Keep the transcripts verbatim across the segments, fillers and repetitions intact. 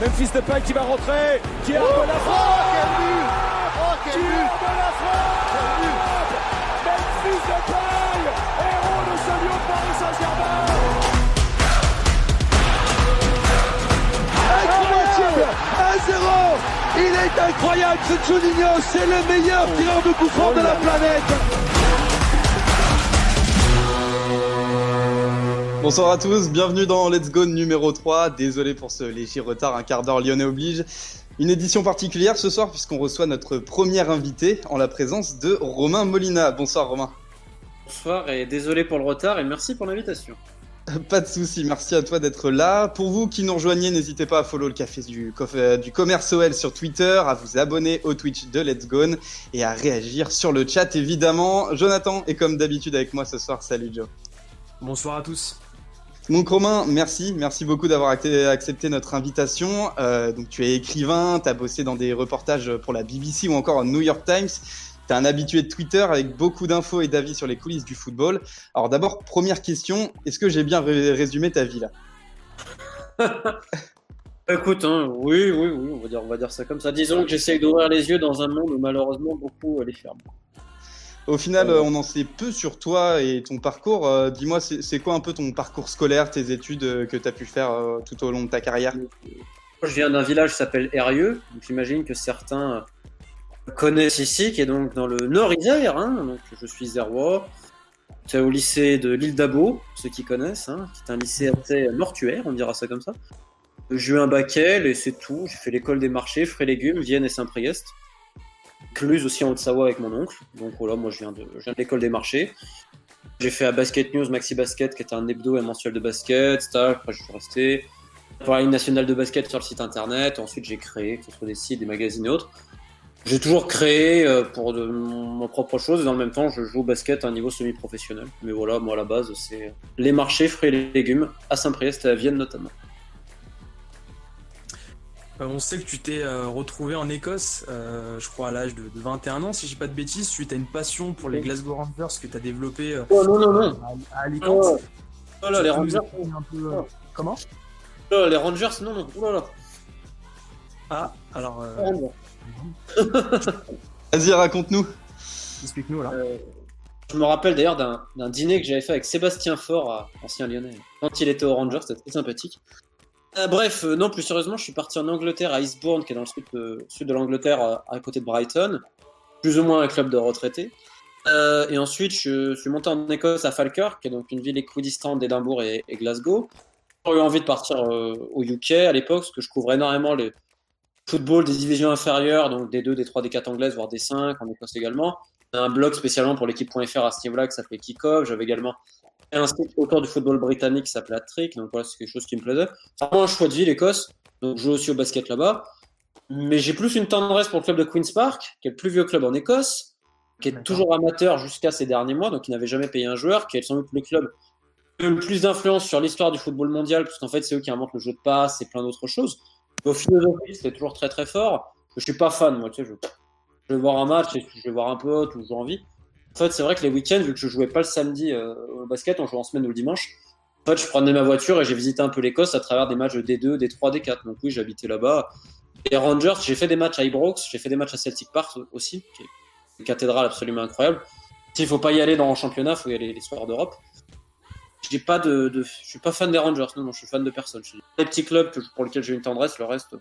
Memphis Depay qui va rentrer, qui arme la frappe. Quel but! Oh, quel Qui but! arme la frappe. Memphis Depay, héros de ce lion de Paris Saint-Germain. Incroyable! un zéro! Il est incroyable ce Juninho, c'est le meilleur tireur de coup franc de la planète! Bonsoir à tous, bienvenue dans Let's Go numéro trois. Désolé pour ce léger retard, un quart d'heure lyonnais oblige. Une édition particulière ce soir puisqu'on reçoit notre premier invité en la présence de Romain Molina. Bonsoir Romain. Bonsoir et désolé pour le retard et merci pour l'invitation. Pas de souci, merci à toi d'être là. Pour vous qui nous rejoignez, n'hésitez pas à follow le café du, du Commerce O L sur Twitter, à vous abonner au Twitch de Let's Go et à réagir sur le chat évidemment. Jonathan est comme d'habitude avec moi ce soir. Salut Joe. Bonsoir à tous. Donc Romain, merci, merci beaucoup d'avoir accepté notre invitation. Euh, donc tu es écrivain, tu as bossé dans des reportages pour la B B C ou encore New York Times. Tu es un habitué de Twitter avec beaucoup d'infos et d'avis sur les coulisses du football. Alors d'abord, première question, est-ce que j'ai bien ré- résumé ta vie là? Écoute, hein, oui, oui, oui, on va dire, on va dire ça comme ça. Disons que j'essaye d'ouvrir les yeux dans un monde où malheureusement beaucoup euh, les ferment. Au final, euh, on en sait peu sur toi et ton parcours. Euh, dis-moi, c'est, c'est quoi un peu ton parcours scolaire, tes études euh, que tu as pu faire euh, tout au long de ta carrière? Je viens d'un village qui s'appelle Eyrieux, donc j'imagine que certains connaissent ici, qui est donc dans le Nord-Isère, hein, donc je suis zérois. C'est au lycée de l'île d'Abo, ceux qui connaissent, hein, qui est un lycée assez mortuaire, on dira ça comme ça. J'ai eu un bac L et c'est tout. J'ai fait l'école des marchés, fruits et légumes, Vienne et Saint-Priest. Cluse aussi en Haute-Savoie avec mon oncle. Donc voilà, moi je viens de, je viens de l'école des marchés. J'ai fait à Basket News, Maxi Basket, qui était un hebdo et mensuel de basket, stage, après je suis resté. Pour la Ligue nationale de basket sur le site internet. Ensuite j'ai créé, que ce soit des sites, des magazines et autres. J'ai toujours créé pour de mon propre chose et dans le même temps je joue au basket à un niveau semi-professionnel. Mais voilà, moi à la base c'est les marchés, fruits et légumes, à Saint-Priest et à Vienne notamment. Euh, on sait que tu t'es euh, retrouvé en Écosse, euh, je crois à l'âge de, de vingt et un ans, si je dis pas de bêtises, suite à une passion pour les Glasgow Rangers que tu as développé euh, oh, non, non, non. à, à Alicante. Oh, oh là, les Rangers. Un peu, euh, oh. Comment oh, Les Rangers, non, non. Oh là là. Ah, alors. Euh... Vas-y, raconte-nous. Explique-nous là. Euh, je me rappelle d'ailleurs d'un, d'un dîner que j'avais fait avec Sébastien Faure, à ancien Lyonnais, quand il était aux Rangers, c'était très sympathique. Euh, bref, euh, non, plus sérieusement, je suis parti en Angleterre, à Eastbourne, qui est dans le sud de, sud de l'Angleterre, à, à côté de Brighton, plus ou moins un club de retraités. Euh, et ensuite, je suis monté en Écosse, à Falkirk, qui est donc une ville équidistante d'Édimbourg et, et Glasgow. J'ai eu envie de partir euh, au U K à l'époque, parce que je couvrais énormément le football des divisions inférieures, donc des deux, des trois, des quatre anglaises, voire des cinq, en Écosse également. Un blog spécialement pour l'équipe point F R à ce niveau-là qui s'appelait Kick-Off. J'avais également un site autour du football britannique qui s'appelait Hat-Trick, donc voilà, c'est quelque chose qui me plaisait. C'est vraiment un choix de vie, l'Écosse, donc je joue aussi au basket là-bas. Mais j'ai plus une tendresse pour le club de Queen's Park, qui est le plus vieux club en Écosse, qui est D'accord. toujours amateur jusqu'à ces derniers mois, donc il n'avait jamais payé un joueur, qui est sans doute le club qui a le plus d'influence sur l'histoire du football mondial, parce qu'en fait, c'est eux qui inventent le jeu de passe et plein d'autres choses. Au philosophie, c'était toujours très très fort. Je suis pas fan, moi, tu sais, je, je vais voir un match et je vais voir un pote ou j'ai envie. En fait, c'est vrai que les week-ends, vu que je jouais pas le samedi euh, au basket, on jouait en semaine ou le dimanche. En fait, je prenais ma voiture et j'ai visité un peu l'Écosse à travers des matchs de D deux, D trois, D quatre. Donc oui, j'habitais là-bas. Et Rangers, j'ai fait des matchs à Ibrox, j'ai fait des matchs à Celtic Park aussi, qui est une cathédrale absolument incroyable. S'il faut pas y aller dans le championnat, il faut y aller les soirs d'Europe. J'ai pas de, de, je suis pas fan des Rangers, non, non, je suis fan de personne. Je suis des petits clubs pour lesquels j'ai une tendresse, le reste.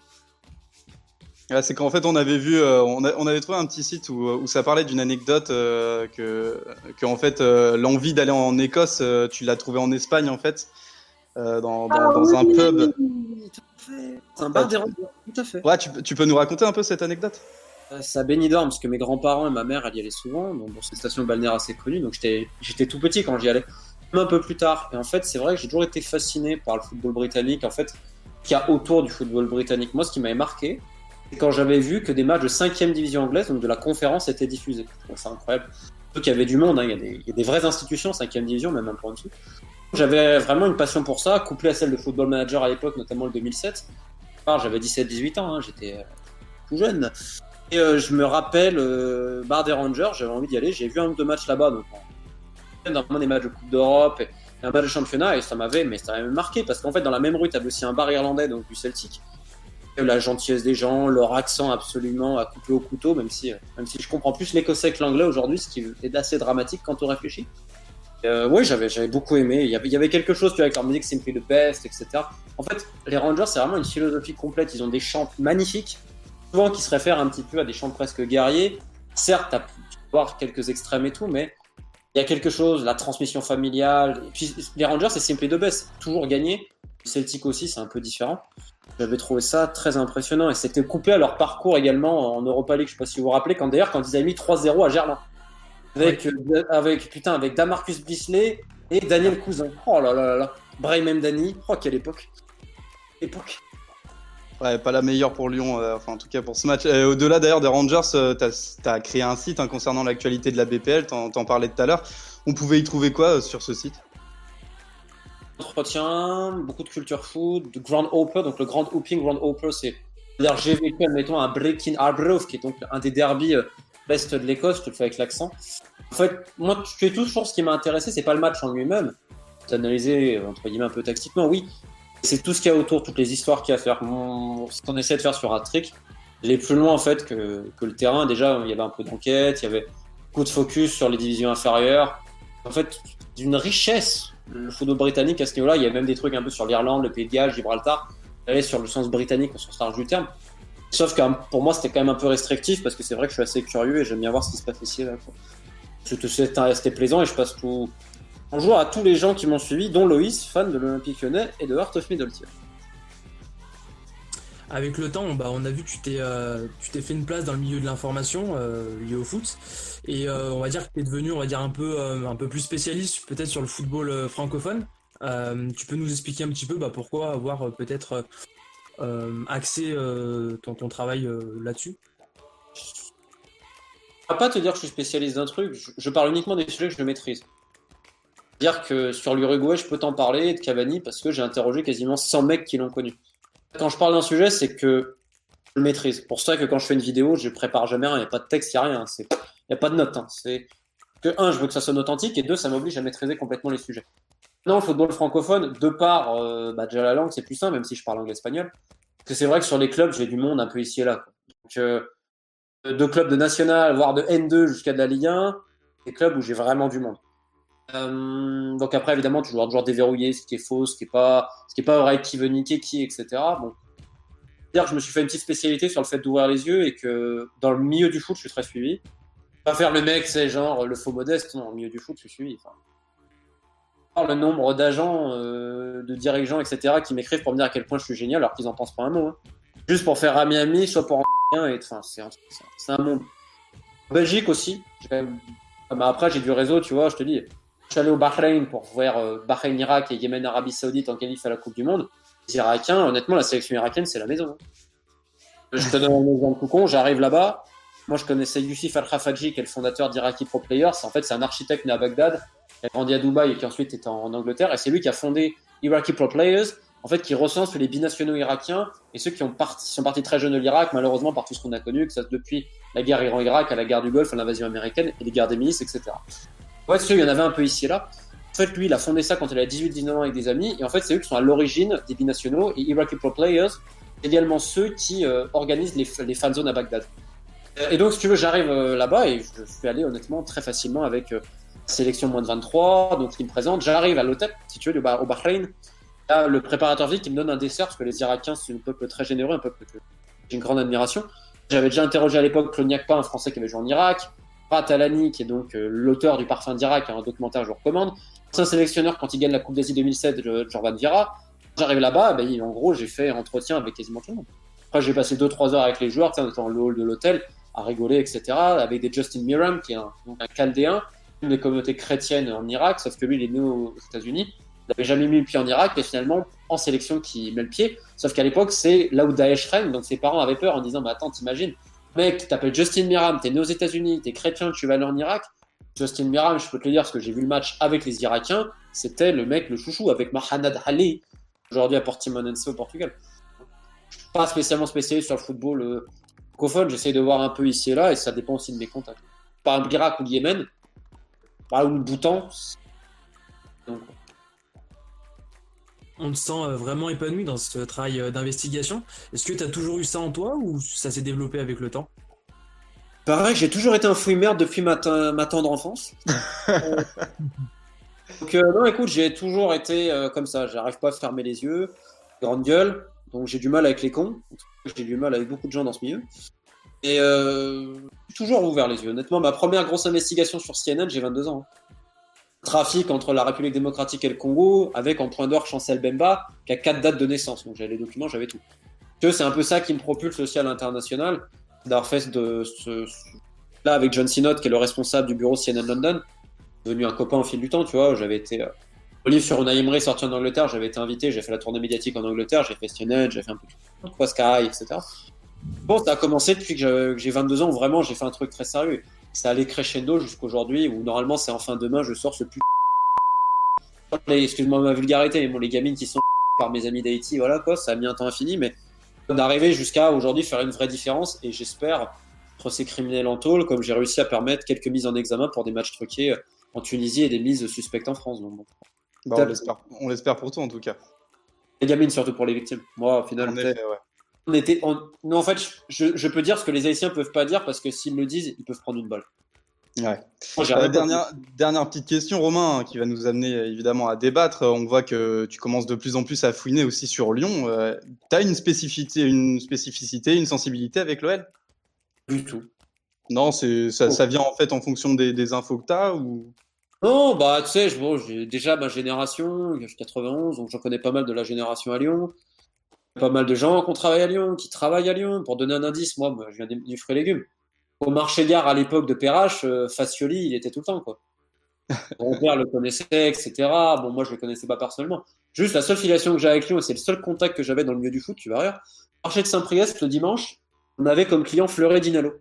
Ouais, c'est qu'en fait on avait vu, euh, on, a, on avait trouvé un petit site où, où ça parlait d'une anecdote euh, que, que en fait euh, l'envie d'aller en Écosse, euh, tu l'as trouvé en Espagne en fait, euh, dans, dans, ah, dans oui, un pub. Oui, tout à fait. C'est un bar des Rangers, tout à fait. Ouais, tu, tu peux nous raconter un peu cette anecdote? C'est à Benidorm, parce que mes grands-parents et ma mère elles y allaient souvent, donc bon, c'est une station balnéaire assez connue, donc j'étais, j'étais tout petit quand j'y allais. Un peu plus tard. Et en fait, c'est vrai que j'ai toujours été fasciné par le football britannique, en fait, qu'il y a autour du football britannique. Moi, ce qui m'avait marqué, c'est quand j'avais vu que des matchs de cinquième division anglaise, donc de la conférence, étaient diffusés. Donc, c'est incroyable. Surtout qu'il y avait du monde, hein. il, y a des, il y a des vraies institutions, cinquième division, même un peu en dessous. J'avais vraiment une passion pour ça, couplée à celle de Football Manager à l'époque, notamment le deux mille sept. Alors, j'avais dix-sept dix-huit ans, hein, j'étais euh, tout jeune. Et euh, je me rappelle, euh, bar des Rangers, j'avais envie d'y aller. J'ai vu un ou deux matchs là-bas, donc normalement des matchs de Coupe d'Europe et un match de championnat, et ça m'avait, mais ça m'avait marqué parce qu'en fait dans la même rue t'avais aussi un bar irlandais, donc du Celtic. la gentillesse des gens, leur accent absolument à couper au couteau, même si, même si je comprends plus l'écossais que l'anglais aujourd'hui, ce qui est assez dramatique quand on réfléchit. Euh, oui, j'avais, j'avais beaucoup aimé. Il y avait, il y avait quelque chose, tu vois, avec leur musique Simply the Best, et cetera. En fait, les Rangers, c'est vraiment une philosophie complète. Ils ont des chants magnifiques, souvent qui se réfèrent un petit peu à des chants presque guerriers. Certes, tu as pu voir quelques extrêmes et tout, mais il y a quelque chose, la transmission familiale. Et puis, les Rangers, c'est Simply the Best, toujours gagné. Celtic aussi, c'est un peu différent. J'avais trouvé ça très impressionnant. Et c'était coupé à leur parcours également en Europa League. Je sais pas si vous vous rappelez, quand d'ailleurs, quand ils avaient mis trois zéro à Gerland. Avec, ouais. euh, avec, putain, avec Damarcus Bisley et Daniel Cousin. Oh là là là là. Brahim Mdani. Oh, quelle époque. Époque. Ouais, pas la meilleure pour Lyon, euh, enfin en tout cas pour ce match. Euh, au-delà d'ailleurs des Rangers, euh, t'as, t'as créé un site hein, concernant l'actualité de la B P L, t'en, t'en parlais tout à l'heure. On pouvait y trouver quoi euh, sur ce site ? Entretien, beaucoup de culture food, de Grand Oper, donc le Grand Hooping, Grand Oper, c'est. C'est-à-dire, j'ai vécu, admettons, un Brechin Arbroath, qui est donc un des derbies euh, best de l'Écosse, je te le fais avec l'accent. En fait, moi, tu fais tout, je pense, ce qui m'a intéressé, c'est pas le match en lui-même. C'est analysé, entre guillemets, un peu tactiquement, oui. C'est tout ce qu'il y a autour, toutes les histoires qu'il y a à faire. Ce qu'on essaie de faire sur Hat-Trick, aller plus loin, en fait, que, que le terrain. Déjà, il y avait un peu d'enquête, il y avait beaucoup de focus sur les divisions inférieures. En fait, d'une richesse, le football britannique à ce niveau-là. Il y a même des trucs un peu sur l'Irlande, le Pays de Galles, Gibraltar. Aller sur le sens britannique, au sens large du terme. Sauf que pour moi, c'était quand même un peu restrictif, parce que c'est vrai que je suis assez curieux et j'aime bien voir ce qui se passe ici. Là, quoi. C'était, c'était plaisant et je passe tout. Bonjour à tous les gens qui m'ont suivi, dont Loïs, fan de l'Olympique Lyonnais et de Heart of Midlothian. Avec le temps, bah, on a vu que tu t'es, euh, tu t'es fait une place dans le milieu de l'information euh, lié au foot, et euh, on va dire que tu es devenu, on va dire un peu, euh, un peu plus spécialiste peut-être sur le football euh, francophone. Euh, tu peux nous expliquer un petit peu bah, pourquoi avoir euh, peut-être euh, axé euh, ton, ton travail euh, là-dessus ? Je ne vais pas te dire que je suis spécialiste d'un truc, je, je parle uniquement des sujets que je maîtrise. Dire que sur l'Uruguay, je peux t'en parler, de Cavani, parce que j'ai interrogé quasiment cent mecs qui l'ont connu. Quand je parle d'un sujet, c'est que je le maîtrise. Pour ça que quand je fais une vidéo, je prépare jamais rien, il n'y a pas de texte, il n'y a rien, il n'y a pas de notes. Hein. C'est que, un, je veux que ça sonne authentique, et deux, ça m'oblige à maîtriser complètement les sujets. Non, le football francophone, de part, euh, bah, déjà la langue, c'est plus simple, même si je parle anglais-espagnol. Parce que c'est vrai que sur les clubs, j'ai du monde un peu ici et là. Quoi. Donc, euh, de clubs de national, voire de N deux jusqu'à de la Ligue un, des clubs où j'ai vraiment du monde. Euh, donc après, évidemment, tu dois toujours déverrouiller ce qui est faux, ce qui est pas, ce qui est pas vrai, qui veut niquer qui, et cetera. Bon. C'est-à-dire que je me suis fait une petite spécialité sur le fait d'ouvrir les yeux et que dans le milieu du foot, je suis très suivi. Pas faire le mec, c'est genre le faux modeste, non, au milieu du foot, je suis suivi. Enfin, le nombre d'agents, euh, de dirigeants, et cetera, qui m'écrivent pour me dire à quel point je suis génial, alors qu'ils en pensent pas un mot. Hein. Juste pour faire ami-ami, soit pour en rien, et enfin, c'est un, c'est un monde. En Belgique aussi, j'ai quand même... bah, après, j'ai du réseau, tu vois, je te dis. Je suis allé au Bahreïn pour voir euh, Bahreïn-Irak et Yémen-Arabie Saoudite en qualif à la Coupe du Monde. Les Irakiens, honnêtement, la sélection irakienne, c'est la maison. Hein. Je te donne un exemple tout con, j'arrive là-bas. Moi, je connaissais Youssef Al-Khafaji, qui est le fondateur d'Iraqi Pro Players. En fait, c'est un architecte né à Bagdad, qui a grandi à Dubaï et qui ensuite est en, en Angleterre. Et c'est lui qui a fondé Iraqi Pro Players, en fait, qui recense les binationaux irakiens et ceux qui ont parti, sont partis très jeunes de l'Irak, malheureusement, par tout ce qu'on a connu, que ça depuis la guerre Iran-Irak à la guerre du Golfe, à l'invasion américaine et les guerres des milices, et cetera. Ouais, sûr, il y en avait un peu ici et là. En fait, lui, il a fondé ça quand il avait dix-huit dix-neuf ans avec des amis. Et en fait, c'est eux qui sont à l'origine des binationaux. Et Iraqi Pro Players, c'est également ceux qui euh, organisent les, les fan zones à Bagdad. Et donc, si tu veux, j'arrive euh, là-bas et je suis allé honnêtement très facilement avec euh, sélection moins de vingt-trois. Donc, il me présente. J'arrive à l'hôtel, si tu veux, au Bahreïn. Là, le préparateur physique qui me donne un dessert parce que les Irakiens, c'est un peuple très généreux, un peuple que j'ai une grande admiration. J'avais déjà interrogé à l'époque Claude Niakpa, un Français qui avait joué en Irak. Rat Alani, qui est donc euh, l'auteur du Parfum d'Irak, un documentaire que je vous recommande. C'est un sélectionneur quand il gagne la Coupe d'Asie deux mille sept, Jordan Vira. J'arrive là-bas, ben, en gros, j'ai fait entretien avec quasiment tout le monde. Après, j'ai passé deux trois heures avec les joueurs, dans le hall de l'hôtel, à rigoler, et cetera. Avec des Justin Miram, qui est un, donc un Chaldéen, une des communautés chrétiennes en Irak, sauf que lui, il est né aux États-Unis. Il n'avait jamais mis le pied en Irak, et finalement, en sélection, qui met le pied. Sauf qu'à l'époque, c'est là où Daesh règne, donc ses parents avaient peur en disant, bah attends, t'imagines, mec, tu t'appelles Justin Miram, t'es né aux États-Unis, t'es chrétien, tu vas aller en Irak. Justin Miram, je peux te le dire parce que j'ai vu le match avec les Irakiens, c'était le mec, le chouchou, avec Mahanad Ali, aujourd'hui à Portimonense au Portugal. Je suis pas spécialement spécialisé sur le football euh, francophone, j'essaie de voir un peu ici et là, et ça dépend aussi de mes contacts. Par exemple, l'Irak ou le Yémen, par ou le Bhoutan. Donc... on te sent euh, vraiment épanoui dans ce travail euh, d'investigation. Est-ce que tu as toujours eu ça en toi ou ça s'est développé avec le temps? Pareil, j'ai toujours été un fouille-merde depuis ma, te- ma tendre enfance. Euh, donc, euh, non, écoute, j'ai toujours été euh, comme ça. J'arrive pas à fermer les yeux, grande gueule. Donc, j'ai du mal avec les cons. J'ai du mal avec beaucoup de gens dans ce milieu. Et euh, j'ai toujours ouvert les yeux. Honnêtement, ma première grosse investigation sur C N N, j'ai vingt-deux ans. Hein. Trafic entre la République démocratique et le Congo, avec en point d'orgue Chancel Bemba, qui a quatre dates de naissance. Donc, j'avais les documents, j'avais tout. Que c'est un peu ça qui me propulse aussi à l'international. D'avoir fait de ce, ce- là avec John Sinott, qui est le responsable du bureau C N N London, devenu un copain au fil du temps, tu vois. J'avais été. Euh, le livre sur Unai Emery sorti en Angleterre, j'avais été invité, j'ai fait la tournée médiatique en Angleterre, j'ai fait C N N, j'ai fait un peu tout, quoi, Sky, et cetera. Bon, ça a commencé depuis que je- que j'ai vingt-deux ans, où vraiment j'ai fait un truc très sérieux. Ça allait crescendo jusqu'aujourd'hui, où normalement c'est enfin demain, je sors ce plus. Excuse-moi ma vulgarité, mais bon, les gamines qui sont par mes amis d'Haïti, voilà quoi, ça a mis un temps infini, mais d'arriver jusqu'à aujourd'hui faire une vraie différence, et j'espère entre ces criminels en tôle, comme j'ai réussi à permettre quelques mises en examen pour des matchs truqués en Tunisie et des mises suspectes en France. Donc, bon. Bah, on l'espère, on l'espère pour toi en tout cas. Les gamines surtout pour les victimes. Moi, au final, En effet, ouais. on était. On... Non, en fait, je, je peux dire ce que les Haïtiens peuvent pas dire parce que s'ils le disent, ils peuvent prendre une balle. Ouais. Moi, j'ai Euh, rien dernière, dernière petite question, Romain, hein, qui va nous amener euh, évidemment à débattre. On voit que tu commences de plus en plus à fouiner aussi sur Lyon. Euh, tu as une spécificité, une spécificité, une sensibilité avec l'O L? du tout. Non, c'est ça, Oh. ça vient en fait en fonction des, des infos que tu as ou... Non, bah, tu sais, je- bon, j'ai déjà ma génération, j'ai quatre-vingt-onze, donc j'en connais pas mal de la génération à Lyon. Pas mal de gens qui ont travaillé à Lyon, qui travaillent à Lyon. Pour donner un indice, moi, moi, je viens des- du fruits et légumes. Au marché gare à l'époque de Perrache, euh, Facioli, il était tout le temps, quoi. Mon père le connaissait, et cetera. Bon, moi, je le connaissais pas personnellement. Juste la seule filiation que j'ai avec Lyon, et c'est le seul contact que j'avais dans le milieu du foot, tu vas rire. Marché de Saint-Priest, le dimanche, on avait comme client Fleuret Dinalo.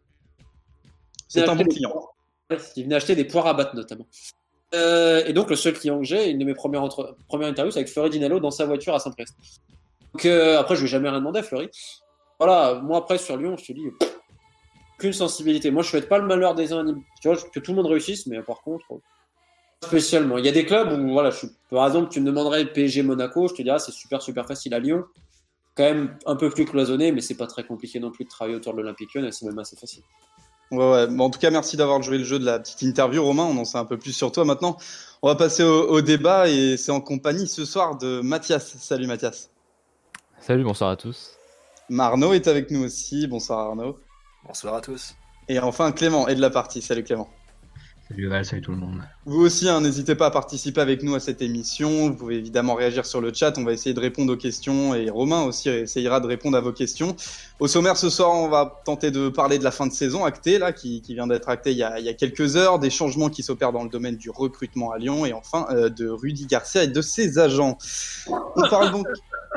C'est un acheter bon des client. poires. Il venait acheter des poires à battre, notamment. Euh, et donc, le seul client que j'ai, une de mes premières, entre... premières interviews, c'est avec Fleury Dinalo dans sa voiture à Saint-Priest. Donc, euh, après, je lui ai jamais rien demandé à Fleury. Voilà, moi, après, sur Lyon, je te dis, pff, aucune sensibilité. Moi, je souhaite pas le malheur des uns. Tu vois, que tout le monde réussisse, mais par contre, pas spécialement. Il y a des clubs où, voilà, je suis... par exemple, tu me demanderais P S G Monaco, je te dirais, c'est super, super facile à Lyon. Quand même un peu plus cloisonné, mais c'est pas très compliqué non plus de travailler autour de l'Olympique Lyonnais, c'est même assez facile. Ouais, ouais. Bon, en tout cas, merci d'avoir joué le jeu de la petite interview, Romain. On en sait un peu plus sur toi maintenant. On va passer au, au débat et c'est en compagnie ce soir de Mathias. Salut Mathias. Salut, bonsoir à tous. Marno est avec nous aussi. Bonsoir Arnaud. Bonsoir à tous. Et enfin Clément est de la partie. Salut Clément. Salut Val, salut tout le monde. Vous aussi, hein, n'hésitez pas à participer avec nous à cette émission. Vous pouvez évidemment réagir sur le chat. On va essayer de répondre aux questions et Romain aussi essayera de répondre à vos questions. Au sommaire ce soir, on va tenter de parler de la fin de saison actée, là, qui, qui vient d'être actée il y, a, il y a quelques heures, des changements qui s'opèrent dans le domaine du recrutement à Lyon et enfin euh, de Rudy Garcia et de ses agents. On parle donc.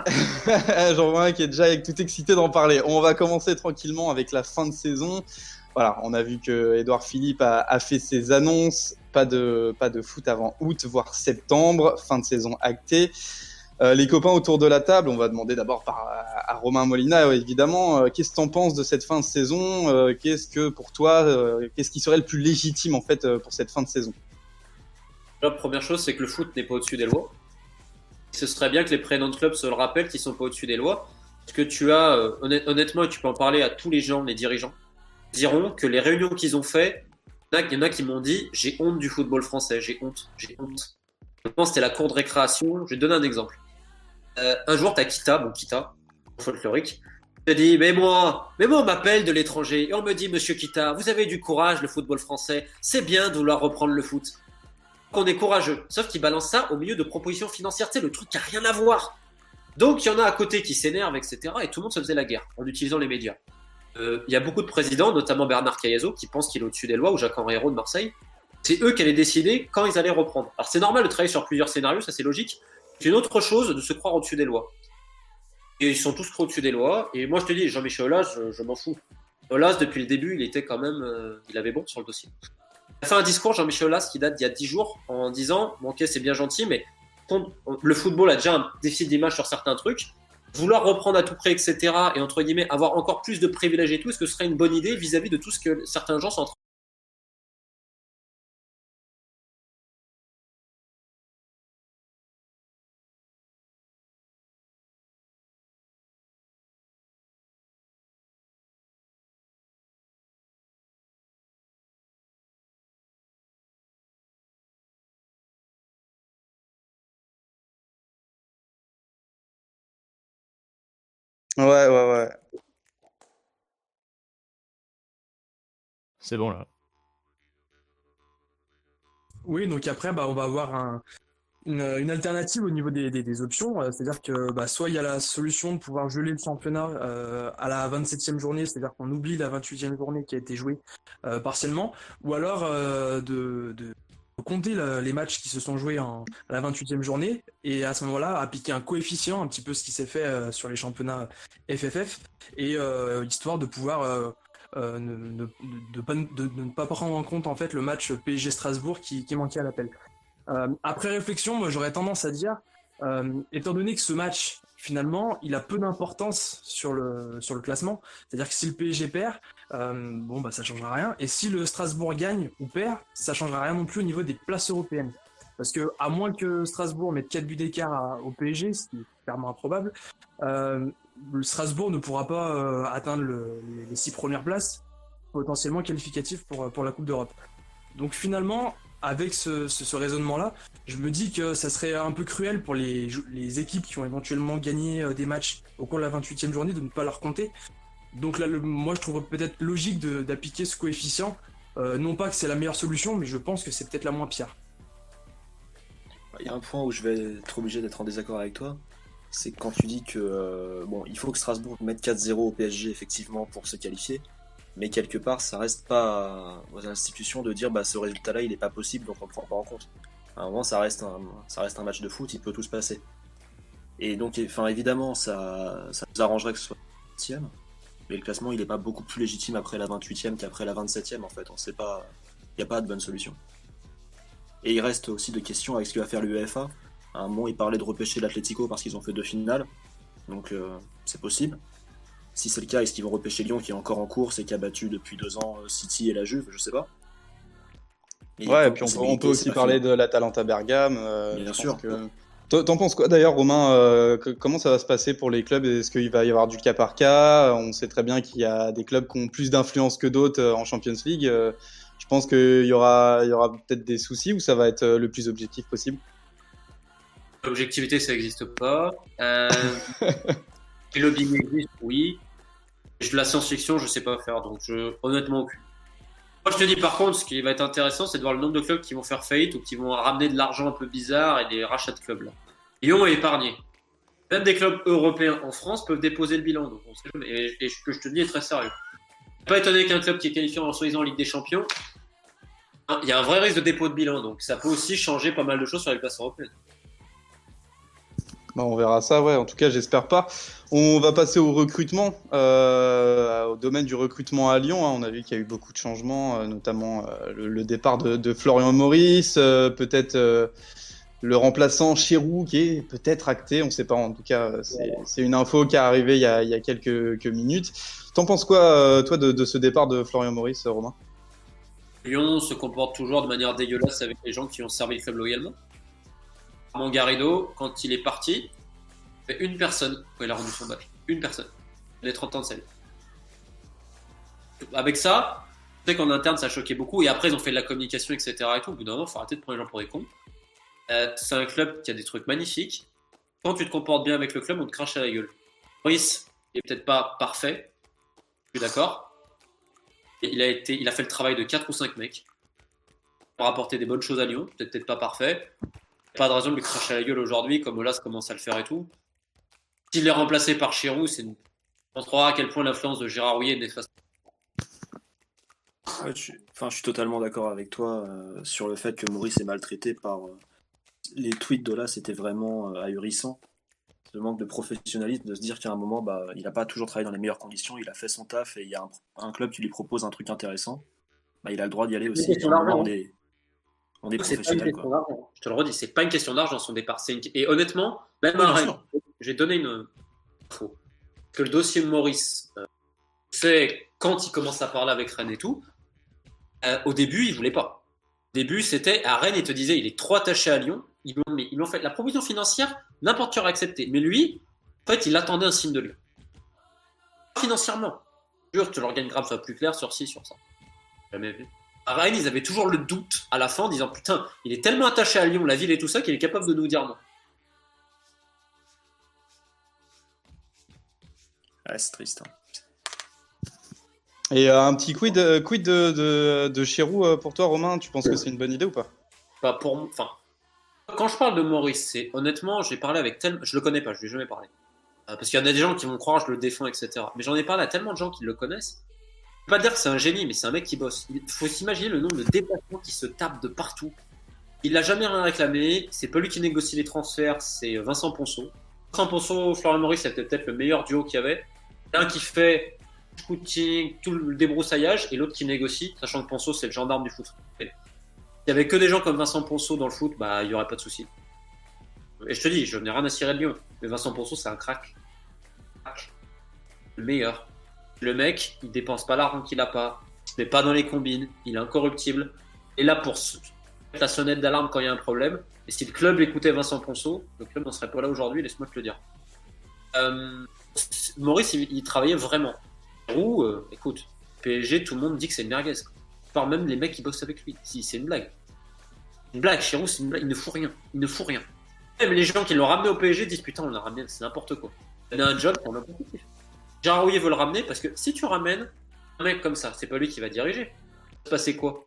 J'en vois un qui est déjà tout excité d'en parler. On va commencer tranquillement avec la fin de saison. Voilà, on a vu que Édouard Philippe a, a fait ses annonces, pas de, pas de foot avant août, voire septembre, fin de saison actée. Euh, les copains autour de la table, on va demander d'abord par, à, à Romain Molina, euh, évidemment, euh, qu'est-ce que t'en penses de cette fin de saison euh, Qu'est-ce que pour toi, euh, qu'est-ce qui serait le plus légitime en fait euh, pour cette fin de saison? La première chose, c'est que le foot n'est pas au-dessus des lois. Ce serait bien que les présidents de clubs se le rappellent qu'ils sont pas au-dessus des lois. Parce que tu as, euh, honnêt, honnêtement, tu peux en parler à tous les gens, les dirigeants, diront que les réunions qu'ils ont fait, il y en a qui m'ont dit j'ai honte du football français, j'ai honte, j'ai honte. Je pense que c'était la cour de récréation. Je vais te donner un exemple. Euh, un jour, t'as Kita, bon Kita, folklorique, te dit mais moi, mais moi on m'appelle de l'étranger et on me dit Monsieur Kita, vous avez du courage, le football français, c'est bien de vouloir reprendre le foot. Qu'on est courageux. Sauf qu'ils balancent ça au milieu de propositions financières, tu sais, le truc qui a rien à voir. Donc il y en a à côté qui s'énervent, et cetera. Et tout le monde se faisait la guerre en utilisant les médias. Il euh, y a beaucoup de présidents, notamment Bernard Cayazo, qui pensent qu'il est au-dessus des lois, ou Jacques Henriero de Marseille. C'est eux qui allaient décider quand ils allaient reprendre. Alors c'est normal de travailler sur plusieurs scénarios, ça c'est logique. C'est une autre chose de se croire au-dessus des lois. Et ils sont tous trop au-dessus des lois. Et moi je te dis, Jean-Michel Aulas, je, je m'en fous. Aulas, depuis le début, il était quand même, euh, il avait bon sur le dossier. Il a fait un discours, Jean-Michel Aulas, qui date d'il y a dix jours, en disant, bon ok c'est bien gentil, mais le football a déjà un déficit d'image sur certains trucs. Vouloir reprendre à tout prix, et cetera, et entre guillemets, avoir encore plus de privilèges et tout, est-ce que ce serait une bonne idée vis-à-vis de tout ce que certains gens sont en train Ouais, ouais, ouais. C'est bon là. Oui, donc après, bah, on va avoir un, une, une alternative au niveau des, des, des options. Euh, c'est-à-dire que bah, soit il y a la solution de pouvoir geler le championnat euh, à la vingt-septième journée, c'est-à-dire qu'on oublie la vingt-huitième journée qui a été jouée euh, partiellement, ou alors euh, de, de compter la- les matchs qui se sont joués en, à la vingt-huitième journée et à ce moment-là appliquer un coefficient, un petit peu ce qui s'est fait euh, sur les championnats F F F, et euh, histoire de pouvoir euh, euh, ne, ne, de, pas- de- de ne pas prendre en compte en fait le match P S G Strasbourg qui, qui manquait à l'appel. Euh, après réflexion, moi j'aurais tendance à dire, euh, étant donné que ce match, finalement, il a peu d'importance sur le, sur le classement, c'est-à-dire que si le P S G perd, euh, bon bah ça changera rien, et si le Strasbourg gagne ou perd, ça changera rien non plus au niveau des places européennes. Parce que à moins que Strasbourg mette quatre buts d'écart à- au P S G, ce qui est clairement improbable, euh, le Strasbourg ne pourra pas euh, atteindre le- les, les six premières places potentiellement qualificatives pour, pour la Coupe d'Europe. Donc finalement, avec ce, ce, ce raisonnement-là, je me dis que ça serait un peu cruel pour les, les équipes qui ont éventuellement gagné euh, des matchs au cours de la vingt-huitième journée de ne pas leur compter. Donc là, le, moi, je trouve peut-être logique de, d'appliquer ce coefficient. Euh, non pas que c'est la meilleure solution, mais je pense que c'est peut-être la moins pire. Il y a un point où je vais être obligé d'être en désaccord avec toi, c'est quand tu dis que euh, bon, il faut que Strasbourg mette quatre zéro au P S G effectivement pour se qualifier, mais quelque part ça reste pas aux institutions de dire bah ce résultat-là il est pas possible donc on le prend pas en compte. À un moment ça reste un, ça reste un match de foot, il peut tout se passer. Et donc enfin évidemment ça, ça nous arrangerait que ce soit vingtième, mais le classement il est pas beaucoup plus légitime après la vingt-huitième qu'après la vingt-septième en fait, on sait pas, il n'y a pas de bonne solution. Et il reste aussi des questions avec ce que va faire l'UEFA. À un moment, il parlait de repêcher l'Atlético parce qu'ils ont fait deux finales. Donc, euh, c'est possible. Si c'est le cas, est-ce qu'ils vont repêcher Lyon qui est encore en course et qui a battu depuis deux ans City et la Juve? Je sais pas. Et ouais, et puis on peut, on peut aussi parler fini. de l'Atalanta Bergame. Euh, Bien sûr. Que... T'en penses quoi d'ailleurs, Romain? euh, que, Comment ça va se passer pour les clubs? Est-ce qu'il va y avoir du cas par cas? On sait très bien qu'il y a des clubs qui ont plus d'influence que d'autres en Champions League. Euh, Je pense qu'il y aura, il y aura peut-être des soucis ou ça va être le plus objectif possible? L'objectivité, ça n'existe pas. Euh, le lobbying existe, oui. De la science-fiction, je ne sais pas faire, donc je, honnêtement aucune. Moi, je te dis par contre, ce qui va être intéressant, c'est de voir le nombre de clubs qui vont faire faillite ou qui vont ramener de l'argent un peu bizarre et des rachats de clubs là. Lyon est épargné. Même des clubs européens en France peuvent déposer le bilan, donc on sait jamais. Et, et ce que je te dis est très sérieux. Pas étonné qu'un club qui est qualifié en soi-disant en Ligue des Champions, il y a un vrai risque de dépôt de bilan, donc ça peut aussi changer pas mal de choses sur les places européennes. Bah on verra ça, ouais. En tout cas, j'espère pas. On va passer au recrutement, euh, au domaine du recrutement à Lyon. Hein. On a vu qu'il y a eu beaucoup de changements, euh, notamment euh, le, le départ de, de Florian Maurice, euh, peut-être euh, le remplaçant Chirou qui est peut-être acté. On ne sait pas. En tout cas, c'est, c'est une info qui est arrivée il y a, il y a quelques, quelques minutes. T'en penses quoi, euh, toi, de, de ce départ de Florian Maurice, Romain? Lyon se comporte toujours de manière dégueulasse avec les gens qui ont servi le club loyalement. Armand Garrido, quand il est parti, il y avait une personne quand il a rendu son badge. Une personne. Il a trente ans de sa vie. Avec ça, je sais qu'en interne, ça choquait beaucoup. Et après, ils ont fait de la communication, et cetera. Et tout. Au bout d'un moment, il faut arrêter de prendre les gens pour des cons. Euh, c'est un club qui a des trucs magnifiques. Quand tu te comportes bien avec le club, on te crache à la gueule. Maurice, il est peut-être pas parfait. Je suis d'accord. Il a, été, il a fait le travail de quatre ou cinq mecs pour apporter des bonnes choses à Lyon. Peut-être, peut-être pas parfait. Pas de raison de lui cracher à la gueule aujourd'hui, comme Olas commence à le faire et tout. S'il est remplacé par Chirou, c'est une... on montrera à quel point l'influence de Gérard Rouillet est néfaste. Ouais, je, suis... enfin, je suis totalement d'accord avec toi euh, sur le fait que Maurice est maltraité par... Euh, les tweets d'Olas, c'était vraiment euh, ahurissant. Le manque de professionnalisme, de se dire qu'à un moment, bah, il n'a pas toujours travaillé dans les meilleures conditions, il a fait son taf et il y a un, un club qui lui propose un truc intéressant, bah, il a le droit d'y aller aussi. C'est moment, on est, on est professionnel. Quoi. Je te le redis, c'est pas une question d'argent son départ. C'est une... Et honnêtement, même oui, à Rennes, j'ai donné une info. Que le dossier de Maurice, euh, c'est quand il commence à parler avec Rennes et tout, euh, au début, il voulait pas. Au début, c'était à Rennes, il te disait, il est trop attaché à Lyon. Ils lui ont, ils lui ont fait la proposition financière, n'importe qui aurait accepté. Mais lui, en fait, il attendait un signe de lui. Financièrement. Je jure, tu l'organigramme soit plus clair sur ci, sur ça. Jamais vu. À Rennes, ils avaient toujours le doute à la fin en disant putain, il est tellement attaché à Lyon, la ville et tout ça, qu'il est capable de nous dire non. Ouais, c'est triste. Hein. Et euh, un petit quid, euh, quid de, de, de Chirou euh, pour toi, Romain. Tu penses que c'est une bonne idée ou pas? Bah pour, enfin, quand je parle de Maurice, c'est honnêtement, j'ai parlé avec tel, je le connais pas, je lui ai jamais parlé, euh, parce qu'il y en a des gens qui vont croire je le défends, et cetera. Mais j'en ai parlé à tellement de gens qui le connaissent. Je peux pas dire que c'est un génie, mais c'est un mec qui bosse. Il faut s'imaginer le nombre de déplacements qui se tapent de partout. Il n'a jamais rien réclamé. C'est pas lui qui négocie les transferts, c'est Vincent Ponceau. Vincent Ponceau, Florian Maurice, c'était peut-être le meilleur duo qu'il y avait. L'un qui fait scouting, tout le débroussaillage, et l'autre qui négocie, sachant que Ponceau, c'est le gendarme du foot. S'il y avait que des gens comme Vincent Ponceau dans le foot, bah, il n'y aurait pas de souci. Et je te dis, je n'ai rien à cirer de Lyon, mais Vincent Ponceau, c'est un crack. Le meilleur. Le mec, il dépense pas l'argent qu'il a pas, il se met pas dans les combines, il est incorruptible. Et là, pour mettre la sonnette d'alarme quand il y a un problème, et si le club écoutait Vincent Ponceau, le club n'en serait pas là aujourd'hui, laisse-moi te le dire. Euh, Maurice, il, il travaillait vraiment. Ou, euh, écoute, P S G, tout le monde dit que c'est une merguez. Par même les mecs qui bossent avec lui. Si, c'est une blague. Une blague, Chirou, c'est une blague. Il ne fout rien. Il ne fout rien. Même les gens qui l'ont ramené au P S G disent putain, on l'a ramené, c'est n'importe quoi. Il a un job pour n'importe qui. Gérard Houllier veut le ramener parce que si tu ramènes un mec comme ça, c'est pas lui qui va diriger. Ça va se passer quoi?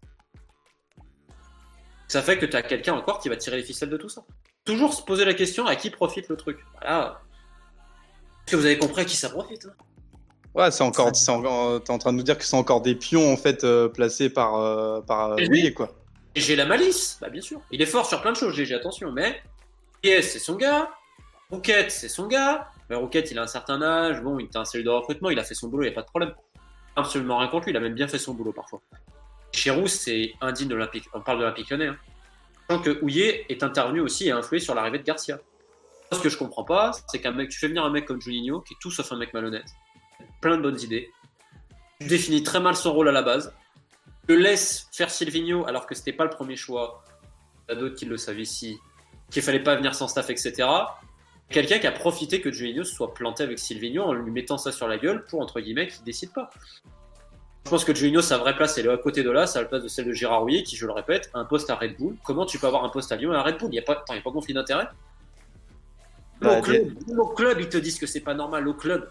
Ça fait que tu as quelqu'un encore qui va tirer les ficelles de tout ça. Toujours se poser la question à qui profite le truc. Voilà. Est-ce que vous avez compris à qui ça profite, hein? Ouais, c'est encore, c'est encore, t'es en train de nous dire que c'est encore des pions en fait euh, placés par euh, par euh, Houllier, quoi. Et j'ai la malice, bah bien sûr. Il est fort sur plein de choses, G G, attention, mais P S c'est son gars, Rouquette c'est son gars. Mais Rouquette il a un certain âge, bon, il était un cellule de recrutement, il a fait son boulot, il n'y a pas de problème. Absolument rien contre lui, il a même bien fait son boulot parfois. Chirou c'est indigne de l'Olympique, on parle de l'Olympique Lyonnais. Hein. Je pense que Houllier est intervenu aussi et a influé sur l'arrivée de Garcia. Ce que je comprends pas, c'est qu'un mec, tu fais venir un mec comme Juninho, qui est tout sauf un mec malhonnête, plein de bonnes idées, tu définis très mal son rôle à la base, le laisse faire Silvinho alors que c'était pas le premier choix, il y a d'autres qui le savent ici, qu'il fallait pas venir sans staff, et cetera. Quelqu'un qui a profité que Juninho se soit planté avec Silvinho en lui mettant ça sur la gueule pour, entre guillemets, qu'il décide pas. Je pense que Juninho, sa vraie place, elle est à côté de là, c'est à la place de celle de Gérard Houllier, qui, je le répète, a un poste à Red Bull. Comment tu peux avoir un poste à Lyon et à Red Bull? Il n'y a pas, attends, il y a pas conflit d'intérêt? Bah, au, club, des... au club, ils te disent que c'est pas normal. Au club,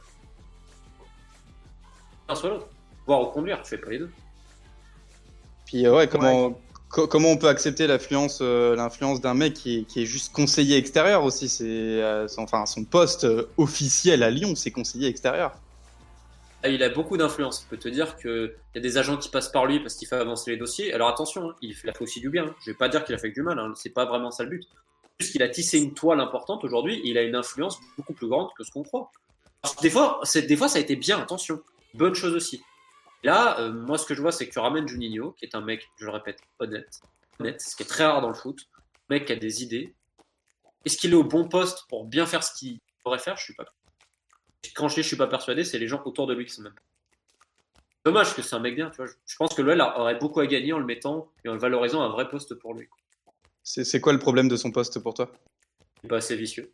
l'un soit l'autre. Voire au conduire, tu fais pas les deux. Puis euh, ouais, comment, ouais. Co- comment on peut accepter l'influence, euh, l'influence d'un mec qui est, qui est juste conseiller extérieur aussi? C'est, euh, son, enfin, son poste euh, officiel à Lyon, c'est conseiller extérieur. Il a beaucoup d'influence. Je peux te dire qu'il y a des agents qui passent par lui parce qu'il fait avancer les dossiers. Alors attention, hein, il a fait aussi du bien. Je vais pas dire qu'il a fait que du mal. Hein. C'est pas vraiment ça le but. Juste qu'il a tissé une toile importante aujourd'hui. Et il a une influence beaucoup plus grande que ce qu'on croit. Alors, des fois, c'est, des fois, ça a été bien. Attention, bonne chose aussi. Là, euh, moi, ce que je vois, c'est que tu ramènes Juninho, qui est un mec, je le répète, honnête, honnête, ce qui est très rare dans le foot. Un mec qui a des idées. Est-ce qu'il est au bon poste pour bien faire ce qu'il pourrait faire? Je suis pas. Quand je dis je suis pas persuadé, c'est les gens autour de lui qui sont même. Dommage que c'est un mec bien, tu vois. Je pense que l'O L aurait beaucoup à gagner en le mettant et en le valorisant un vrai poste pour lui. C'est, c'est quoi le problème de son poste pour toi? Il est pas assez vicieux.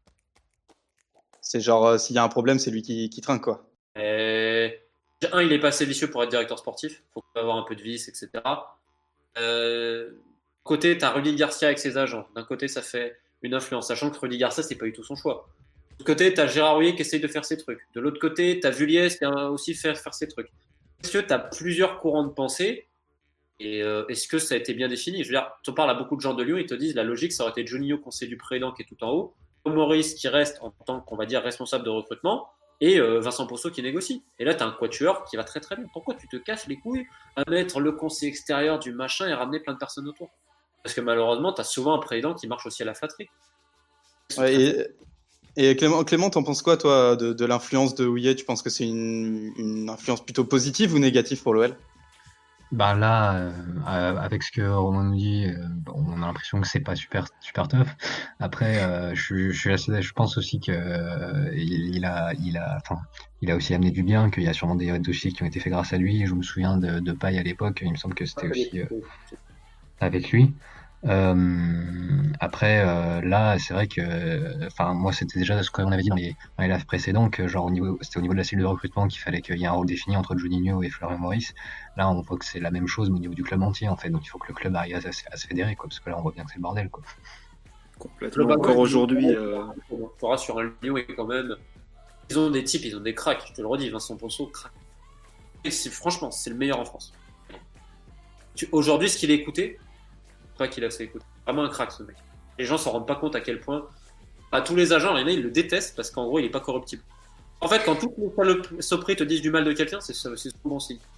C'est genre, euh, s'il y a un problème, c'est lui qui, qui trinque, quoi. Et... Un, il est pas assez vicieux pour être directeur sportif. Il faut avoir un peu de vice, et cetera. Euh... Côté, tu as Rudy Garcia avec ses agents. D'un côté, ça fait une influence, sachant que Rudy Garcia, c'est pas du tout son choix. De l'autre côté, tu as Gérard Houllier qui essaye de faire ses trucs. De l'autre côté, tu as Vulliez qui a aussi fait faire ses trucs. Est-ce que tu as plusieurs courants de pensée? Et euh, est-ce que ça a été bien défini? Je veux dire, tu parles à beaucoup de gens de Lyon, ils te disent la logique, ça aurait été Juninho, conseiller du président, qui est tout en haut, Maurice qui reste en tant qu'on va dire responsable de recrutement, et euh, Vincent Ponceau qui négocie. Et là, tu as un quatuor qui va très très bien. Pourquoi tu te casses les couilles à mettre le conseiller extérieur du machin et ramener plein de personnes autour? Parce que malheureusement, tu as souvent un président qui marche aussi à la flatterie. Ouais, et... Et Clément, Clément, t'en penses quoi, toi, de, de l'influence de Houllier? Tu penses que c'est une, une influence plutôt positive ou négative pour l'O L? Bah là, euh, avec ce que Romain nous dit, euh, on a l'impression que c'est pas super super tough. Après, euh, je suis je suis assez, je pense aussi que euh, il, il a il a enfin il a aussi amené du bien, qu'il y a sûrement des dossiers qui ont été faits grâce à lui. Je me souviens de, de Paille à l'époque, il me semble que c'était aussi euh, avec lui. Euh, après euh, là c'est vrai que enfin moi c'était déjà ce qu'on avait dit dans les, dans les lives précédents, que genre au niveau c'était au niveau de la cellule de recrutement qu'il fallait qu'il y ait un rôle défini entre Juninho et Florian Maurice. Là on voit que c'est la même chose mais au niveau du club entier en fait, donc il faut que le club arrive à, à, à se fédérer quoi, parce que là on voit bien que c'est le bordel quoi. Complètement. Encore aujourd'hui euh... on fera sur un Lyon et quand même Ils ont des types, ils ont des cracks. Je te le redis, Vincent Ponceau, crack. Et c'est, franchement, c'est le meilleur en France. Tu, aujourd'hui, ce qu'il a écouté, pas qu'il a assez écouté. Vraiment un crack, ce mec. Les gens s'en rendent pas compte à quel point. À tous les agents, il y en a, ils le détestent parce qu'en gros, il est pas corruptible. En fait, quand toutes les saloperies te disent du mal de quelqu'un, c'est, c'est souvent bon signe.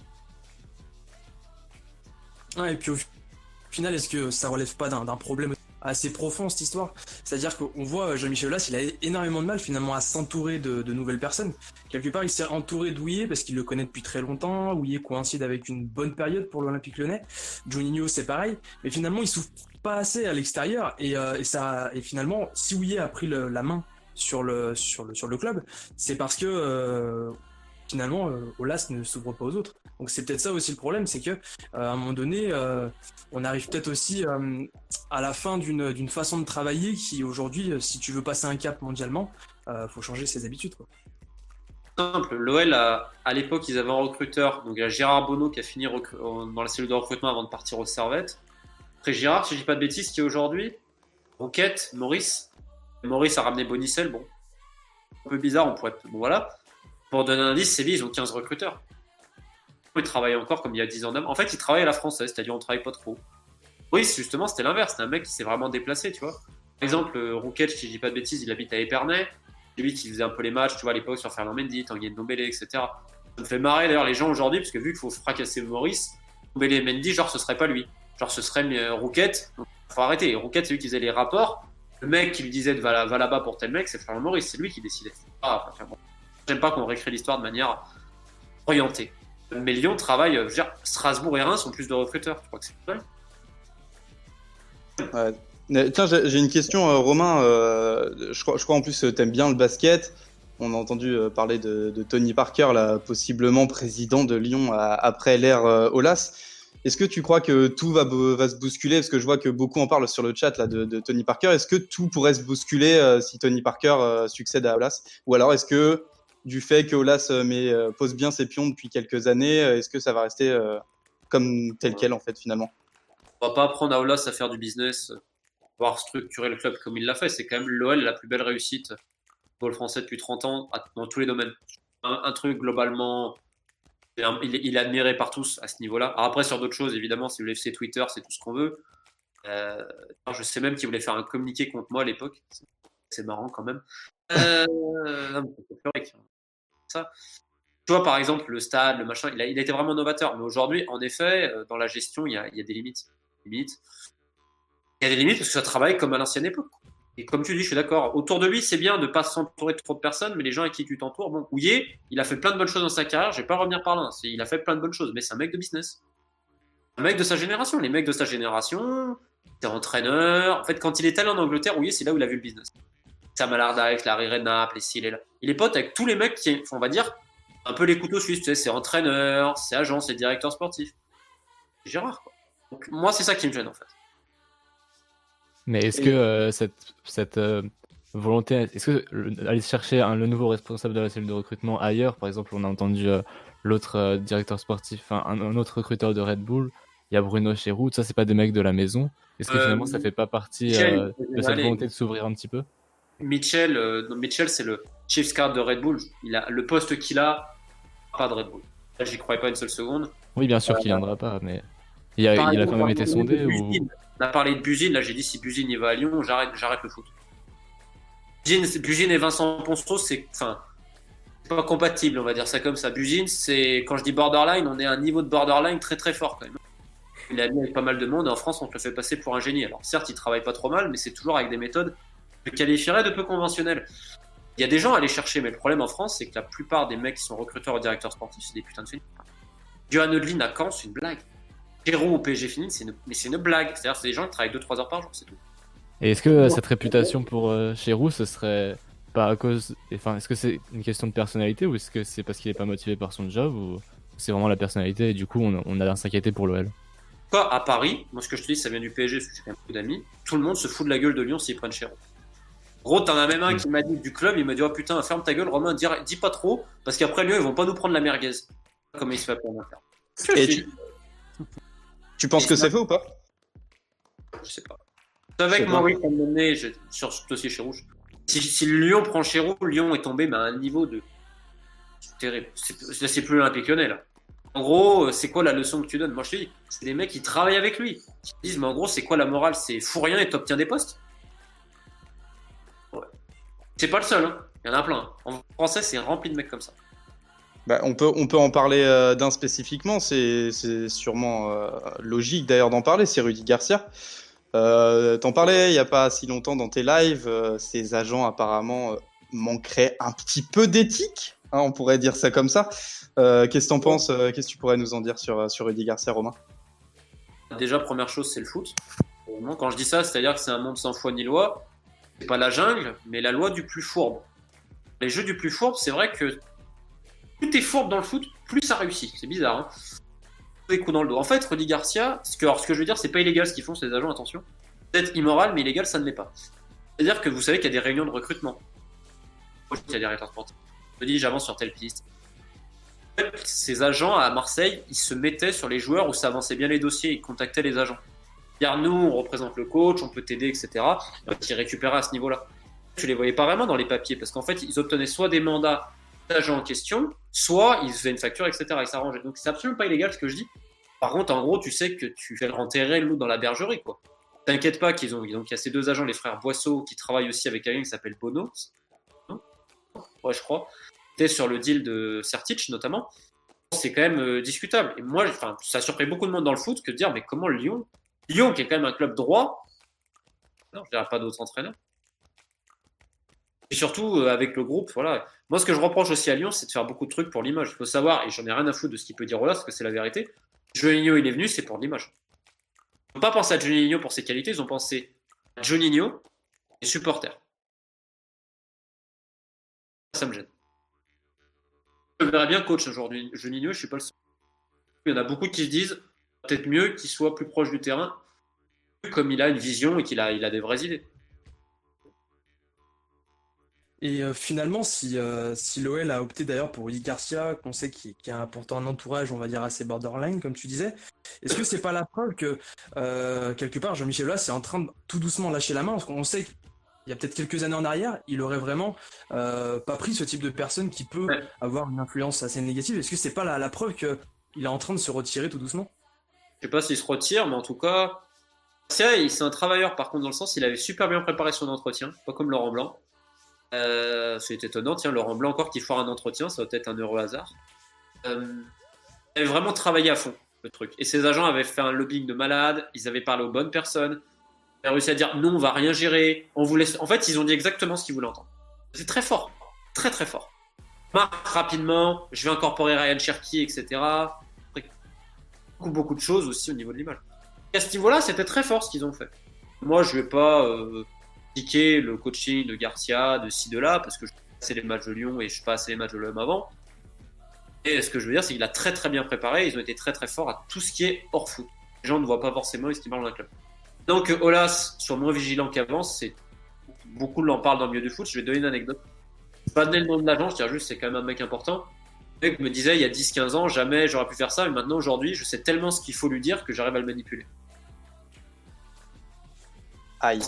Ouais, et puis au final, est-ce que ça relève pas d'un, d'un problème assez profond, cette histoire? C'est-à-dire qu'on voit Jean-Michel Aulas, il a énormément de mal finalement à s'entourer de, de nouvelles personnes. Quelque part, il s'est entouré d'Houillet parce qu'il le connaît depuis très longtemps. Houillet coïncide avec une bonne période pour l'Olympique Lyonnais. Juninho, c'est pareil. Mais finalement, il souffre pas assez à l'extérieur. Et, euh, et, ça, et finalement, si Houillet a pris le, la main sur le, sur, le, sur le club, c'est parce que euh, finalement, euh, Aulas ne s'ouvre pas aux autres. Donc c'est peut-être ça aussi le problème, c'est que euh, à un moment donné, euh, on arrive peut-être aussi euh, à la fin d'une, d'une façon de travailler qui aujourd'hui, si tu veux passer un cap mondialement, euh, faut changer ses habitudes, quoi. Simple. L'O L, à, à l'époque, ils avaient un recruteur, donc il y a Gérard Bonneau qui a fini recru- dans la cellule de recrutement avant de partir aux Servette. Après Gérard, si je dis pas de bêtises, qui est aujourd'hui Rouquette, Maurice. Maurice a ramené Bonicel, bon, un peu bizarre, on pourrait, bon voilà. Pour donner un indice, Séville, ils ont quinze recruteurs. Ils travaillent encore comme il y a dix ans d'âme. En fait, ils travaillent à la française, c'est-à-dire on travaille pas trop. Oui, justement, c'était l'inverse. C'était un mec qui s'est vraiment déplacé, tu vois. Par exemple, Rouquette, si je dis pas de bêtises, il habite à Épernay. C'est lui qui faisait un peu les matchs, tu vois, à l'époque sur Fernand Mendy, Tanguy Ndombele, et cetera. Ça me fait marrer d'ailleurs les gens aujourd'hui, parce que vu qu'il faut fracasser Maurice, Ndombele et Mendy, genre ce serait pas lui. Genre ce serait euh, Rouquette. Donc, faut arrêter. Rouquette, c'est lui qui faisait les rapports. Le mec qui lui disait de va, là, va là-bas pour tel mec, c'est Fernand Maurice, c'est lui qui décidait. Ah, enfin, bon. J'aime pas qu'on réécrit l'histoire de manière orientée. Mais Lyon travaille, je veux dire, Strasbourg et Reims ont plus de recruteurs. Tu crois que c'est normal ? Ouais. Tiens, j'ai une question, euh, Romain. Euh, je, crois, je crois en plus t'aimes bien le basket. On a entendu euh, parler de, de Tony Parker, là, possiblement président de Lyon à, après l'ère euh, Aulas. Est-ce que tu crois que tout va, va se bousculer? Parce que je vois que beaucoup en parlent sur le chat là, de, de Tony Parker. Est-ce que tout pourrait se bousculer euh, si Tony Parker euh, succède à Aulas? Ou alors est-ce que du fait que Aulas euh, met, euh, pose bien ses pions depuis quelques années, euh, est-ce que ça va rester euh, comme tel quel en fait finalement? On va pas apprendre à Aulas à faire du business, voir structurer le club comme il l'a fait. C'est quand même l'O L la plus belle réussite du football français depuis trente ans dans tous les domaines. Un, un truc globalement, il est, il est admiré par tous à ce niveau-là. Alors après sur d'autres choses, évidemment, si vous voulez c'est Twitter, c'est tout ce qu'on veut. Euh, je sais même qu'il voulait faire un communiqué contre moi à l'époque. C'est marrant quand même. Euh, non, mais ça. Tu vois, par exemple, le stade, le machin, il a, il a été vraiment novateur. Mais aujourd'hui, en effet, dans la gestion, il y a, il y a des limites. limites. Il y a des limites parce que ça travaille comme à l'ancienne époque. Et comme tu dis, je suis d'accord. Autour de lui, c'est bien de ne pas s'entourer de trop de personnes, mais les gens avec qui tu t'entoures, bon, Houillet, il a fait plein de bonnes choses dans sa carrière, je vais pas revenir par là. Hein. Il a fait plein de bonnes choses, mais c'est un mec de business. Un mec de sa génération. Les mecs de sa génération, c'est entraîneur. En fait, quand il est allé en Angleterre, Houillet, c'est là où il a vu le business. Sam Allardyce, Larry Redknapp, les il est là. Il est pote avec tous les mecs qui, on va dire, un peu les couteaux suisses, tu sais, c'est entraîneur, c'est agent, c'est directeur sportif. C'est Gérard, quoi. Donc, moi, c'est ça qui me gêne, en fait. Mais est-ce Et... que euh, cette, cette euh, volonté, est-ce que euh, aller chercher un, le nouveau responsable de la cellule de recrutement ailleurs, par exemple, on a entendu euh, l'autre euh, directeur sportif, un, un autre recruteur de Red Bull, il y a Bruno Chéroux, ça, c'est pas des mecs de la maison. Est-ce que euh, finalement, ça fait pas partie Michel, euh, de cette allez, volonté de s'ouvrir un petit peu? Mitchell, euh, non, Mitchell, c'est le chief scout de Red Bull. Il a le poste qu'il a, pas de Red Bull. Là, j'y croyais pas une seule seconde. Oui, bien sûr euh, qu'il viendra pas, mais il a, il a quand même été sondé ou... On a parlé de Buzyn, là j'ai dit si Buzyn il va à Lyon, j'arrête, j'arrête le foot. Buzyn et Vincent Ponceau, c'est, enfin, c'est pas compatible, on va dire ça comme ça. Buzyn, c'est, quand je dis borderline, on est à un niveau de borderline très très fort quand même. Il a mis avec pas mal de monde et en France on te le fait passer pour un génie. Alors certes il travaille pas trop mal, mais c'est toujours avec des méthodes que je qualifierais de peu conventionnelles. Il y a des gens à aller chercher, mais le problème en France c'est que la plupart des mecs qui sont recruteurs ou directeurs sportifs, c'est des putains de génies. Johan Odlin à Caen, c'est une blague. Chéroux au P S G fini, c'est une... mais c'est une blague. C'est-à-dire c'est des gens qui travaillent deux trois heures par jour, c'est tout. Et est-ce que euh, cette réputation pour euh, Chéroux, ce serait pas à cause... Enfin, est-ce que c'est une question de personnalité ou est-ce que c'est parce qu'il est pas motivé par son job ou c'est vraiment la personnalité et du coup on, on a à s'inquiéter pour l'O L? Quoi, à Paris, moi ce que je te dis ça vient du P S G parce que j'ai quand même beaucoup d'amis, tout le monde se fout de la gueule de Lyon s'ils prennent Chéroux. Gros, t'en as même un qui m'a dit du club, il m'a dit oh putain ferme ta gueule Romain, dis, dis pas trop parce qu'après Lyon ils vont pas nous prendre la merguez. Comment il se fait pour en faire. Et tu... tu penses et que c'est faux ou pas? Je sais pas. C'est avec Maurice à un moment donné, sur ce dossier chez Rouge. Si, si Lyon prend Chéreau, Lyon est tombé mais à un niveau de. C'est terrible. C'est, c'est plus l'Olympique Lyonnais, là. En gros, c'est quoi la leçon que tu donnes? Moi, je te dis, c'est des mecs qui travaillent avec lui. Qui disent, mais en gros, c'est quoi la morale? C'est fous rien et t'obtiens des postes. Ouais. C'est pas le seul, hein. Il y en a plein. En français, c'est rempli de mecs comme ça. Bah, on, peut, on peut en parler euh, d'un spécifiquement, c'est, c'est sûrement euh, logique d'ailleurs d'en parler, c'est Rudy Garcia. Euh, t'en parlais il n'y a pas si longtemps dans tes lives, euh, ces agents apparemment euh, manqueraient un petit peu d'éthique, hein, on pourrait dire ça comme ça. Euh, qu'est-ce que t'en penses, euh, qu'est-ce que tu pourrais nous en dire sur, sur Rudy Garcia, Romain? Déjà, première chose, c'est le foot. Moi, quand je dis ça, c'est-à-dire que c'est un monde sans foi ni loi. C'est pas la jungle, mais la loi du plus fourbe. Les jeux du plus fourbe, c'est vrai que plus t'es fourbe dans le foot, plus ça réussit. C'est bizarre, hein. Des coups dans le dos. En fait, Rudy Garcia, ce que, alors, ce que je veux dire, c'est pas illégal ce qu'ils font, ces agents, attention. Peut-être immoral, mais illégal, ça ne l'est pas. C'est-à-dire que vous savez qu'il y a des réunions de recrutement. Il y a des directeurs sportifs. Je dis, j'avance sur telle piste. En fait, ces agents à Marseille, ils se mettaient sur les joueurs où ça avançait bien les dossiers, ils contactaient les agents. Dire, nous, on représente le coach, on peut t'aider, et cetera. Et ils récupéraient à ce niveau-là. Tu les voyais pas vraiment dans les papiers, parce qu'en fait, ils obtenaient soit des mandats d'agents en question, soit ils faisaient une facture, et cetera. Ils s'arrangeaient. Donc, c'est absolument pas illégal ce que je dis. Par contre, en gros, tu sais que tu fais renterrer le loup dans la bergerie, quoi. T'inquiète pas qu'ils ont. Donc, il y a ces deux agents, les frères Boisseau, qui travaillent aussi avec quelqu'un qui s'appelle Bono. Ouais, je crois. C'était sur le deal de Sertic, notamment. C'est quand même euh, discutable. Et moi, enfin, ça a surpris beaucoup de monde dans le foot que de dire, mais comment Lyon, Lyon, qui est quand même un club droit, non, je dirais pas d'autres entraîneurs. Et surtout, euh, avec le groupe, voilà. Moi, ce que je reproche aussi à Lyon, c'est de faire beaucoup de trucs pour l'image. Il faut savoir, et j'en ai rien à foutre de ce qu'il peut dire Olas, parce que c'est la vérité. Juninho, il est venu, c'est pour l'image. Ils n'ont pas pensé à Juninho pour ses qualités, ils ont pensé à Juninho et supporters. Ça me gêne. Je verrais bien coach aujourd'hui. Juninho, je suis pas le seul. Il y en a beaucoup qui se disent peut-être mieux qu'il soit plus proche du terrain, comme il a une vision et qu'il a, il a des vraies idées. Et euh, finalement, si, euh, si l'O L a opté d'ailleurs pour Rudy Garcia, qu'on sait qu'il qui a pourtant un entourage, on va dire, assez borderline, comme tu disais, est-ce que c'est pas la preuve que, euh, quelque part, Jean-Michel Aulas est en train de tout doucement lâcher la main? Parce qu'on sait qu'il y a peut-être quelques années en arrière, il aurait vraiment euh, pas pris ce type de personne qui peut Ouais. avoir une influence assez négative. Est-ce que c'est pas la, la preuve qu'il est en train de se retirer tout doucement? Je sais pas s'il se retire, mais en tout cas, Garcia, c'est un travailleur par contre, dans le sens il avait super bien préparé son entretien, pas comme Laurent Blanc. Euh, c'est étonnant, tiens, Laurent Blanc encore qui foire un entretien, ça doit être un heureux hasard. Euh, il avait vraiment travaillé à fond le truc. Et ses agents avaient fait un lobbying de malade, ils avaient parlé aux bonnes personnes, ils avaient réussi à dire non, on va rien gérer, on vous laisse. En fait, ils ont dit exactement ce qu'ils voulaient entendre. C'est très fort, très très fort. Marc, rapidement, je vais incorporer Ryan Cherky, et cetera. Beaucoup, beaucoup de choses aussi au niveau de l'image. Et à ce niveau-là, c'était très fort ce qu'ils ont fait. Moi, je vais pas euh, critiquer le coaching de Garcia, de ci, de là, parce que je fais assez les matchs de Lyon et je fais pas assez les matchs de l'O M avant. Et ce que je veux dire, c'est qu'il a très très bien préparé, ils ont été très très forts à tout ce qui est hors foot. Les gens ne voient pas forcément ce qui marche dans un club. Donc Aulas soit moins vigilant qu'avant, c'est beaucoup l'en parlent dans le milieu du foot. Je vais donner une anecdote. Je vais pas donner le nom de l'agent, je dirais juste c'est quand même un mec important. Le mec me disait il y a dix quinze ans, jamais j'aurais pu faire ça, mais maintenant aujourd'hui, je sais tellement ce qu'il faut lui dire que j'arrive à le manipuler. Aïe.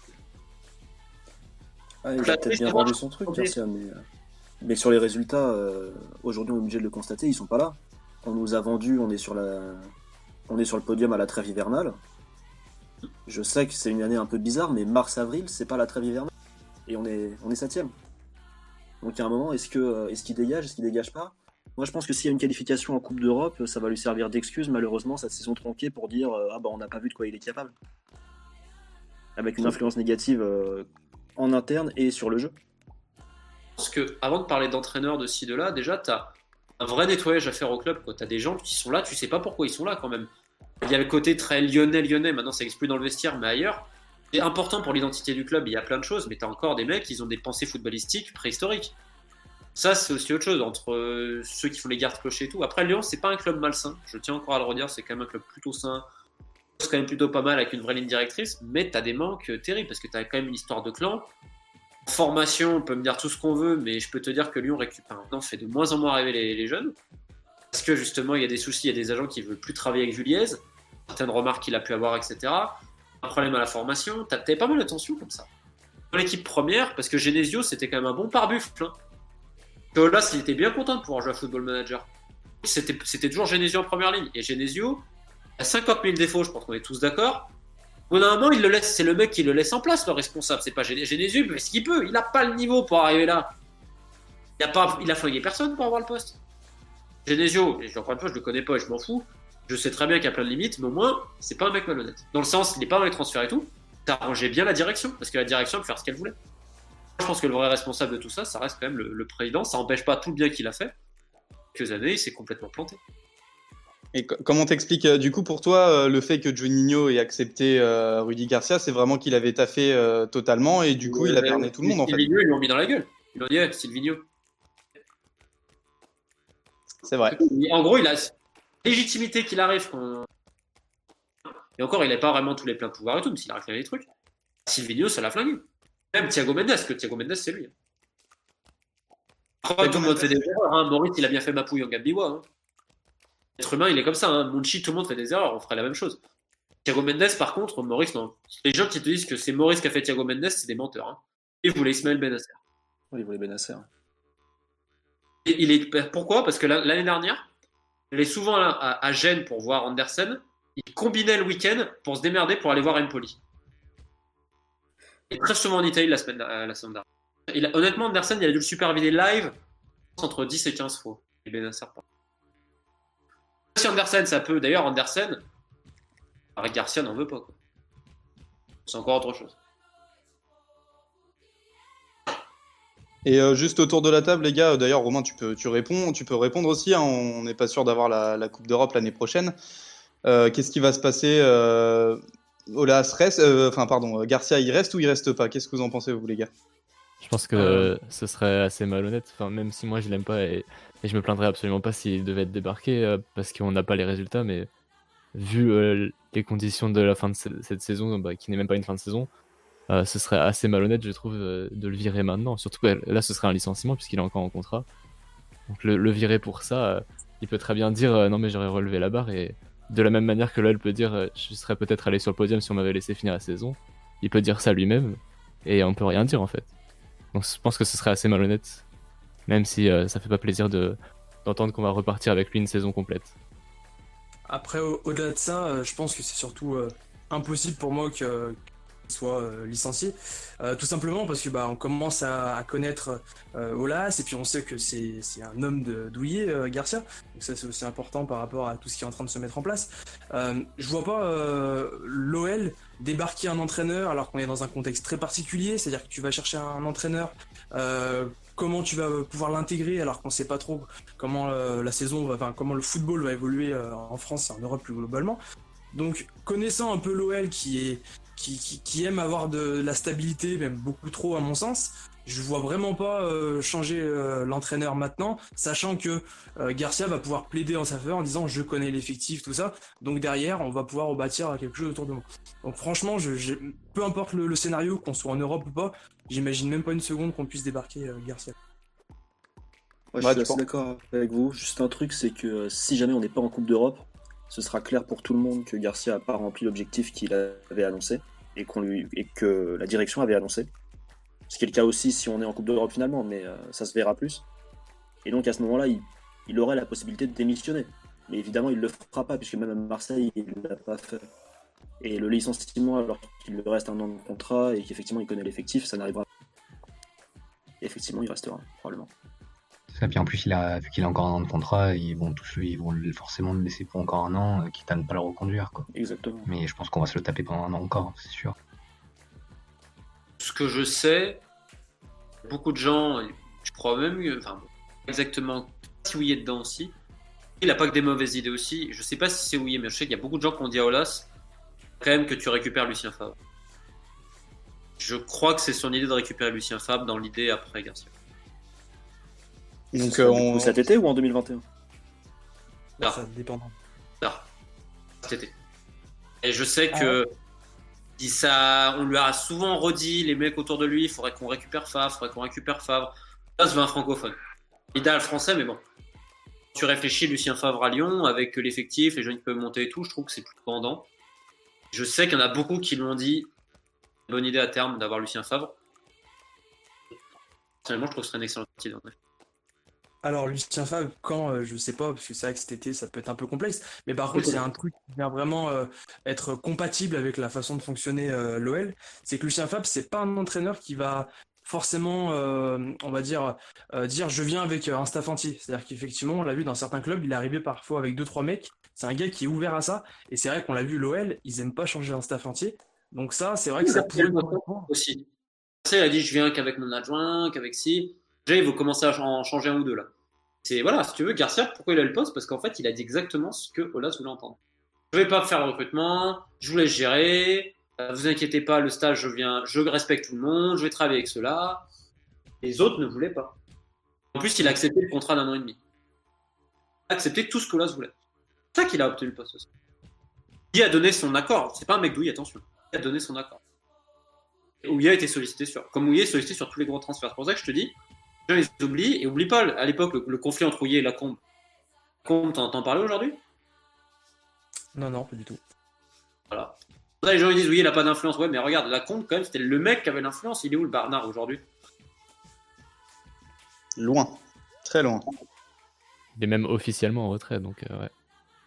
Ah, il a peut-être bien vendu son truc, Garcia, mais, mais sur les résultats, euh, aujourd'hui on est obligé de le constater, ils sont pas là. On nous a vendu, on est sur la, on est sur le podium à la trêve hivernale. Je sais que c'est une année un peu bizarre, mais mars-avril, c'est pas la trêve hivernale. Et on est, on est septième. Donc à un moment, est-ce que, est-ce qu'il dégage, est-ce qu'il dégage pas? Moi, je pense que s'il y a une qualification en Coupe d'Europe, ça va lui servir d'excuse, malheureusement, cette saison tronquée pour dire euh, ah bah on n'a pas vu de quoi il est capable. Avec une influence négative euh, en interne et sur le jeu. Parce que avant de parler d'entraîneur de ci de là, déjà t'as un vrai nettoyage à faire au club, quoi. T'as des gens qui sont là, tu sais pas pourquoi ils sont là quand même. Il y a le côté très lyonnais, lyonnais, maintenant ça n'existe plus dans le vestiaire, mais ailleurs. C'est important pour l'identité du club, il y a plein de choses, mais t'as encore des mecs, ils ont des pensées footballistiques préhistoriques. Ça, c'est aussi autre chose, entre euh, ceux qui font les gardes-clochers et tout. Après, Lyon, c'est pas un club malsain, je tiens encore à le redire, c'est quand même un club plutôt sain. C'est quand même plutôt pas mal avec une vraie ligne directrice, mais t'as des manques terribles, parce que t'as quand même une histoire de clan. En formation, on peut me dire tout ce qu'on veut, mais je peux te dire que Lyon récupère maintenant, fait de moins en moins arriver les, les jeunes. Parce que justement, il y a des soucis, il y a des agents qui veulent plus travailler avec Juliez, certaines remarques qu'il a pu avoir, et cetera. Un problème à la formation, t'avais pas mal de tensions comme ça. dans l'équipe première, parce que Genesio, c'était quand même un bon pare-buffle. Hein. Olas, il était bien content de pouvoir jouer à Football Manager. C'était, c'était toujours Genesio en première ligne. Et Genesio a cinquante mille défauts, je pense qu'on est tous d'accord. Au bout d'un moment, il le laisse, c'est le mec qui le laisse en place, le responsable. C'est pas Genesio, il fait ce qu'il peut. Il n'a pas le niveau pour arriver là. Il a, pas, il a flingué personne pour avoir le poste. Genesio, et encore une fois, je le connais pas et je m'en fous. Je sais très bien qu'il y a plein de limites, mais au moins, c'est pas un mec malhonnête. Dans le sens, il n'est pas dans les transferts et tout. Ça arrangeait bien la direction, parce que la direction peut faire ce qu'elle voulait. Je pense que le vrai responsable de tout ça, ça reste quand même le, le président. Ça n'empêche pas tout le bien qu'il a fait. Quelques années, il s'est complètement planté. Et co- comment t'expliques, euh, du coup, pour toi, euh, le fait que Juninho ait accepté euh, Rudy Garcia, c'est vraiment qu'il avait taffé euh, totalement et du coup, Ouais, il a berné tout le monde, en fait. Silvino, ils l'ont mis dans la gueule. Ils l'ont dit, hey, Silvino. C'est vrai. En gros, il a légitimité qu'il arrive. Qu'on... Et encore, il n'a pas vraiment tous les pleins pouvoirs et tout, mais s'il arrive à faire des trucs. Silvino, ça l'a flingué. Même Thiago Mendes, que Thiago Mendes, c'est lui. Après, tout le monde fait des erreurs. Hein. Maurice, il a bien fait Mapouille en Gambiwa. Hein. L'être humain, il est comme ça. Hein. Monchi, tout le monde fait des erreurs. On ferait la même chose. Thiago Mendes, par contre, Maurice, non. Les gens qui te disent que c'est Maurice qui a fait Thiago Mendes, c'est des menteurs. Hein. Il voulait Ismaël Benasser. Oui, il voulait Benasser. Et il est... Pourquoi ? Parce que l'année dernière, il est souvent là à, à Gênes pour voir Andersen. Il combinait le week-end pour se démerder pour aller voir Empoli. Et très souvent en Italie la semaine, euh, la semaine dernière. Il a, honnêtement, Andersen, il a dû le superviser live entre dix et quinze fois. Et Benasser pas. Si Andersen, ça peut. D'ailleurs, Andersen, avec Garcia, n'en veut pas. Quoi. C'est encore autre chose. Et euh, juste autour de la table, les gars, d'ailleurs, Romain, tu peux, tu réponds, tu peux répondre aussi. Hein, on n'est pas sûr d'avoir la, la Coupe d'Europe l'année prochaine. Euh, qu'est-ce qui va se passer euh, Olas reste, euh, enfin pardon, Garcia, il reste ou il reste pas ? Qu'est-ce que vous en pensez, vous, les gars ? Je pense que euh... ce serait assez malhonnête, enfin, même si moi je l'aime pas et, et je me plaindrais absolument pas s'il devait être débarqué euh, parce qu'on n'a pas les résultats, mais vu euh, les conditions de la fin de ce- cette saison, bah, qui n'est même pas une fin de saison, euh, ce serait assez malhonnête, je trouve, euh, de le virer maintenant. Surtout que là, ce serait un licenciement puisqu'il est encore en contrat. Donc le, le virer pour ça, euh, il peut très bien dire euh, non mais j'aurais relevé la barre, et de la même manière que là, il peut dire euh, je serais peut-être allé sur le podium si on m'avait laissé finir la saison. Il peut dire ça lui-même et on peut rien dire en fait. Donc je pense que ce serait assez malhonnête, même si euh, ça fait pas plaisir de, d'entendre qu'on va repartir avec lui une saison complète. Après, au- au-delà de ça, euh, je pense que c'est surtout euh, impossible pour moi que, qu'il soit euh, licencié. Euh, tout simplement parce que bah, on commence à, à connaître euh, Olas, et puis on sait que c'est, c'est un homme de douillet, euh, Garcia. Donc ça, c'est aussi important par rapport à tout ce qui est en train de se mettre en place. Euh, je vois pas euh, l'O L débarquer un entraîneur alors qu'on est dans un contexte très particulier, c'est-à-dire que tu vas chercher un entraîneur, euh, comment tu vas pouvoir l'intégrer alors qu'on sait pas trop comment euh, la saison, va, enfin comment le football va évoluer euh, en France et en Europe plus globalement. Donc connaissant un peu l'O L qui est qui, qui, qui aime avoir de la stabilité, même beaucoup trop à mon sens, je vois vraiment pas euh, changer euh, l'entraîneur maintenant, sachant que euh, Garcia va pouvoir plaider en sa faveur en disant je connais l'effectif, tout ça, donc derrière on va pouvoir rebâtir quelque chose autour de moi. Donc franchement, je, je, peu importe le, le scénario, qu'on soit en Europe ou pas, j'imagine même pas une seconde qu'on puisse débarquer euh, Garcia. Ouais, je Ouais, suis tu assez penses- d'accord avec vous. Juste un truc, c'est que euh, si jamais on n'est pas en Coupe d'Europe, ce sera clair pour tout le monde que Garcia n'a pas rempli l'objectif qu'il avait annoncé et, qu'on lui, et que la direction avait annoncé. Ce qui est le cas aussi si on est en Coupe d'Europe finalement, mais euh, ça se verra plus. Et donc à ce moment-là, il, il aurait la possibilité de démissionner. Mais évidemment, il ne le fera pas, puisque même à Marseille, il ne l'a pas fait. Et le licenciement, alors qu'il lui reste un an de contrat et qu'effectivement il connaît l'effectif, ça n'arrivera pas. Et effectivement, il restera, probablement. Ça, puis en plus, il a, vu qu'il a encore un an de contrat, ils vont, tous, ils vont le- forcément le laisser pour encore un an, euh, quitte à ne pas le reconduire, quoi. Exactement. Mais je pense qu'on va se le taper pendant un an encore, c'est sûr. Ce que je sais, beaucoup de gens, je crois même, enfin, exactement, si Ouillet est dedans aussi. Il n'a pas que des mauvaises idées aussi. Je sais pas si c'est Ouillet, mais je sais qu'il y a beaucoup de gens qui ont dit à Olas, quand même, que tu récupères Lucien Favre. Je crois que c'est son idée de récupérer Lucien Favre dans l'idée après Garcia. Donc, Ce sera euh, du on... coup cet été ou en deux mille vingt et un? Ah. Ça dépend. Tard. Cet été. Et je sais que si ça, on lui a souvent redit, les mecs autour de lui, il faudrait qu'on récupère Favre, il faudrait qu'on récupère Favre. Là, c'est un francophone. Idéal français, mais bon. Tu réfléchis Lucien Favre à Lyon, avec l'effectif, les jeunes qui peuvent monter et tout, je trouve que c'est plus pendant. Je sais qu'il y en a beaucoup qui l'ont dit, bonne idée à terme d'avoir Lucien Favre. Personnellement, je trouve que ce serait une excellente idée. Alors, Lucien Favre, quand, euh, je sais pas, parce que c'est vrai que cet été, ça peut être un peu complexe, mais par contre, c'est un truc qui vient vraiment euh, être compatible avec la façon de fonctionner euh, l'O L, c'est que Lucien Favre, c'est pas un entraîneur qui va forcément, euh, on va dire, euh, dire je viens avec euh, un staff entier. C'est-à-dire qu'effectivement, on l'a vu dans certains clubs, il est arrivé parfois avec deux, trois mecs, c'est un gars qui est ouvert à ça, et c'est vrai qu'on l'a vu, l'O L, ils aiment pas changer un staff entier, donc ça, c'est vrai que ça pourrait correspondre. Aussi. Il a dit je viens qu'avec mon adjoint, qu'avec si. Déjà, il faut commencer à en changer un ou deux là. C'est voilà, si tu veux, Garcia, pourquoi il a le poste? Parce qu'en fait, il a dit exactement ce que Aulas voulait entendre. Je vais pas faire le recrutement, je vous laisse gérer, euh, vous inquiétez pas, le stage, je viens, je respecte tout le monde, je vais travailler avec ceux-là. Les autres ne voulaient pas. En plus, il a accepté le contrat d'un an et demi. Il a accepté tout ce qu'Aulas voulait. C'est ça qu'il a obtenu le poste aussi. Il a donné son accord. C'est pas un mec douillet, attention. Il a donné son accord. Ouya a été sollicité sur, comme Ouya est sollicité sur tous les gros transferts. C'est pour ça que je te dis, les gens ils oublient, et oublie pas, à l'époque, le, le conflit entre Ouya et Lacombe. Lacombe, t'en entends parler aujourd'hui? Non, non, pas du tout. Voilà. Là, les gens ils disent, oui, il a pas d'influence. Ouais, mais regarde, Lacombe, quand même, c'était le mec qui avait l'influence. Il est où le Barnard aujourd'hui? Loin. Très loin. Il est même officiellement en retrait, donc euh, ouais.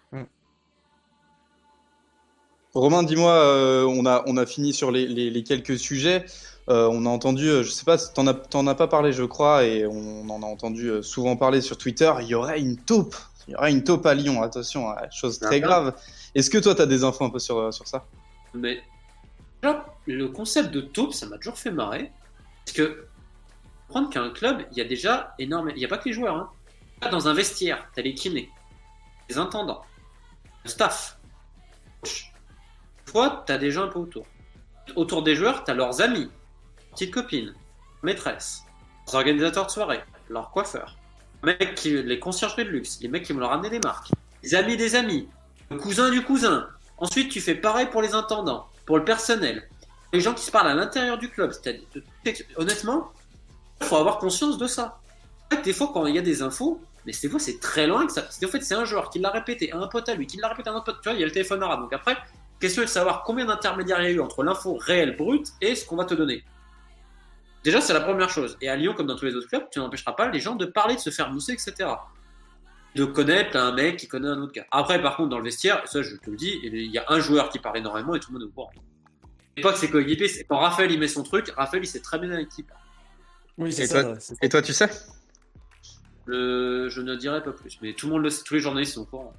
Romain, dis-moi, euh, on, a, on a fini sur les, les, les quelques sujets. Euh, on a entendu, euh, je sais pas, t'en as, t'en as pas parlé, je crois, et on en a entendu euh, souvent parler sur Twitter. Il y aurait une taupe. Il y aurait une taupe à Lyon. Attention, hein, chose très grave. Est-ce que toi, tu as des infos un peu sur, sur ça? Mais genre, le concept de taupe, ça m'a toujours fait marrer. Parce que, prendre qu'un club, il y a déjà énormément. Il n'y a pas que les joueurs. Hein. Là, dans un vestiaire, tu as les kinés, les intendants, le staff. Fois, tu as des gens un peu autour. Autour des joueurs, tu as leurs amis, petites copines, maîtresses, les organisateurs de soirée, leurs coiffeurs, les, mecs qui, les conciergeries de luxe, les mecs qui vont leur ramener des marques, les amis des amis, le cousin du cousin. Ensuite, tu fais pareil pour les intendants, pour le personnel, les gens qui se parlent à l'intérieur du club. C'est-à-dire, honnêtement, il faut avoir conscience de ça. En fait, des fois, quand il y a des infos, mais des fois, c'est très loin que ça. En fait, c'est un joueur qui l'a répété à un pote à lui, qui l'a répété à un autre pote. Tu vois, il y a le téléphone arabe. Donc après, question est de savoir combien d'intermédiaires il y a eu entre l'info réelle, brute, et ce qu'on va te donner. Déjà, c'est la première chose. Et à Lyon, comme dans tous les autres clubs, tu n'empêcheras pas les gens de parler, de se faire mousser, et cetera. De connaître un mec qui connaît un autre gars. Après, par contre, dans le vestiaire, ça je te le dis, il y a un joueur qui parle énormément et tout le monde est au courant. Et pas que c'est coéquipier, c'est quand Raphaël il met son truc, Raphaël il sait très bien l'équipe. Oui, c'est et, ça, toi, c'est et toi, tu sais? Le... Je ne dirai pas plus, mais tout le monde le sait, tous les journalistes sont au courant.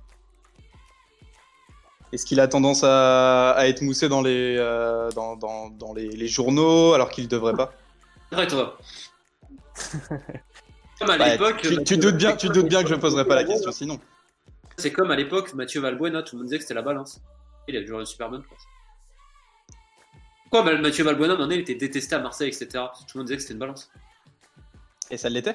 Est-ce qu'il a tendance à, à être moussé dans les, euh, dans, dans, dans les, les journaux alors qu'il ne devrait pas? Après toi. Comme à bah, l'époque. Tu, tu, doutes bien, tu doutes bien que je ne poserai pas la question sinon. C'est comme à l'époque, Mathieu Valbuena, tout le monde disait que c'était la balance. Il a toujours une super bonne place. Pourquoi Mathieu Valbuena, à un moment donné, il était détesté à Marseille, et cetera. Tout le monde disait que c'était une balance. Et ça l'était?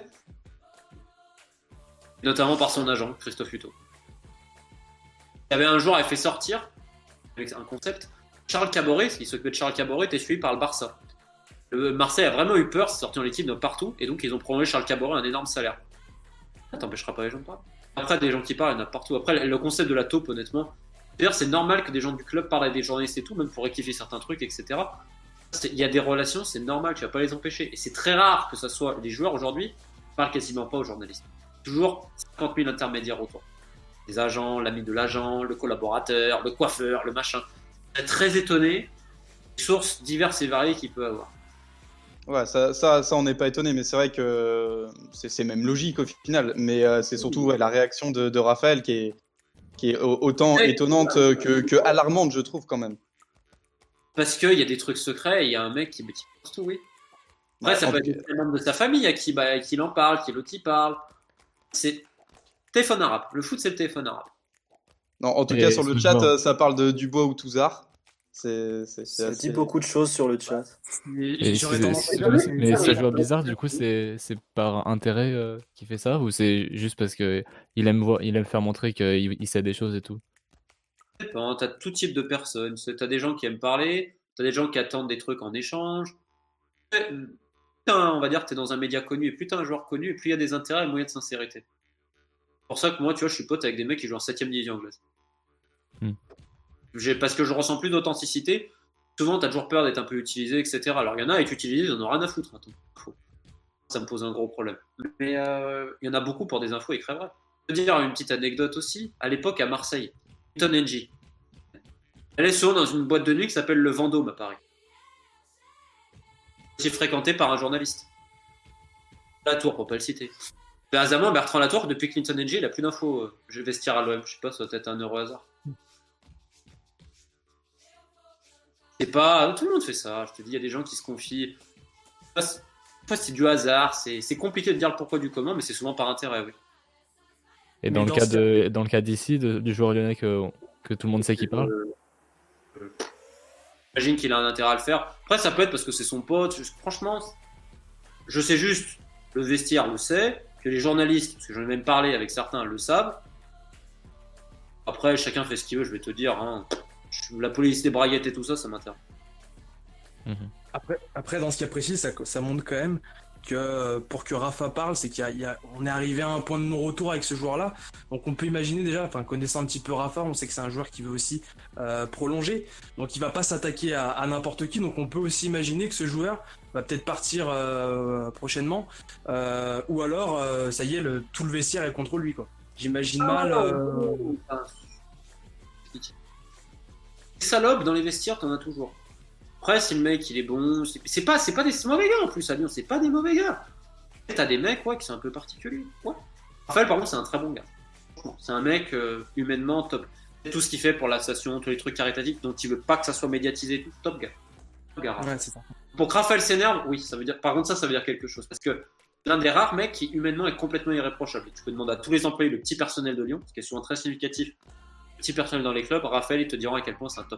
Notamment par son agent, Christophe Hutto. Il y avait un jour, il a fait sortir, avec un concept, Charles Caboret, il s'occupait de Charles Caboret, était suivi par le Barça. Le Marseille a vraiment eu peur, c'est sorti dans l'équipe de partout, et donc ils ont prolongé Charles Caboret un énorme salaire. Ça t'empêchera pas les gens de parler. Après, des gens qui parlent, il y en a partout. Après, le concept de la taupe, honnêtement, d'ailleurs, c'est normal que des gens du club parlent à des journalistes et tout, même pour rectifier certains trucs, et cetera. Il y a des relations, c'est normal, tu vas pas les empêcher. Et c'est très rare que ce soit les joueurs aujourd'hui qui parlent quasiment pas aux journalistes. Toujours cinquante mille intermédiaires autour. Les agents, l'ami de l'agent, le collaborateur, le coiffeur, le machin. C'est très étonné des sources diverses et variées qu'il peut avoir. Ouais, ça, ça, ça on n'est pas étonné, mais c'est vrai que c'est, c'est même logique au final. Mais euh, c'est surtout ouais, la réaction de, de Raphaël qui est, qui est autant ouais, étonnante que, que alarmante, je trouve, quand même. Parce qu'il y a des trucs secrets et il y a un mec qui, qui pense tout, oui. Après, ouais, ça peut être un membre de sa famille à qui, bah, à qui il en parle, qui l'autre y parle. C'est téléphone arabe. Le foot, c'est le téléphone arabe. Non, en tout et cas, sur le chat, bon. Ça parle de Dubois ou Touzard. C'est, c'est, c'est ça assez... dit beaucoup de choses sur le chat. Et c'est, c'est, mais ce joueur bizarre, du coup, c'est, c'est par intérêt euh, qu'il fait ça ou c'est juste parce qu'il aime, voir, il aime faire montrer qu'il il sait des choses et tout? T'as tout type de personnes. T'as des gens qui aiment parler, t'as des gens qui attendent des trucs en échange. Putain, on va dire que t'es dans un média connu et plus t'es un joueur connu et plus il y a des intérêts et moyens de sincérité. C'est pour ça que moi, tu vois, je suis pote avec des mecs qui jouent en septième division anglaise. Hmm. J'ai, parce que je ressens plus d'authenticité. Souvent, t'as toujours peur d'être un peu utilisé, et cetera. Alors, il y en a, et tu utilises, ils en ont rien à foutre. Attends. ça me pose un gros problème. Mais euh, il y en a beaucoup pour des infos et crèveraient. Je peux dire une petite anecdote aussi. À l'époque, à Marseille, Clinton N G. Elle est souvent dans une boîte de nuit qui s'appelle le Vendôme à Paris. Aussi fréquentée par un journaliste. Latour, pour pas le citer. Mais hasardement, Bertrand Latour, depuis Clinton N G, il a plus d'infos. Je vais vestir à l'O M. Je sais pas, ça doit être un euro hasard. C'est pas. Tout le monde fait ça. Je te dis, il y a des gens qui se confient. Enfin, c'est du hasard. C'est, c'est compliqué de dire le pourquoi du comment, mais c'est souvent par intérêt, oui. Et dans, Mais le, dans cas ce de, dans le cas d'ici, de- du joueur lyonnais que, que tout le monde sait qui parle. Euh, euh, J'imagine qu'il a un intérêt à le faire. Après, ça peut être parce que c'est son pote. Je- franchement, je sais juste, le vestiaire le sait, que les journalistes, parce que j'en ai même parlé avec certains, le savent. Après, chacun fait ce qu'il veut, je vais te dire. Hein. Je- La police des braguettes et tout ça, ça m'intéresse. Mhm. Après, après, dans ce cas précis, ça, ça montre quand même que euh, pour que Rafa parle, c'est qu'il y a, il y a- on est arrivé à un point de non-retour avec ce joueur-là. Donc on peut imaginer déjà, enfin connaissant un petit peu Rafa, on sait que c'est un joueur qui veut aussi euh, prolonger. Donc il va pas s'attaquer à, à n'importe qui. Donc on peut aussi imaginer que ce joueur va peut-être partir euh, prochainement. Euh, ou alors, euh, ça y est, le, tout le vestiaire est contre lui, quoi. J'imagine mal. euh, Enfin, des salopes dans les vestiaires, t'en as toujours. Après, si le mec il est bon, c'est, c'est pas, c'est pas des mauvais gars en plus à Lyon, c'est pas des mauvais gars. T'as des mecs ouais, qui sont un peu particuliers. Ouais. Raphaël, par contre, c'est un très bon gars. Franchement, c'est un mec euh, humainement top. Tout ce qu'il fait pour l'association, tous les trucs caritatifs dont il veut pas que ça soit médiatisé, tout, top gars. Top gars. Ouais, c'est ça. Pour que Raphaël s'énerve, oui, ça veut dire. Par contre, ça, ça veut dire quelque chose. Parce que l'un des rares mecs qui humainement est complètement irréprochable. Tu peux demander à tous les employés, le petit personnel de Lyon, ce qui est souvent très significatif, le petit personnel dans les clubs, Raphaël, ils te diront à quel point c'est un top.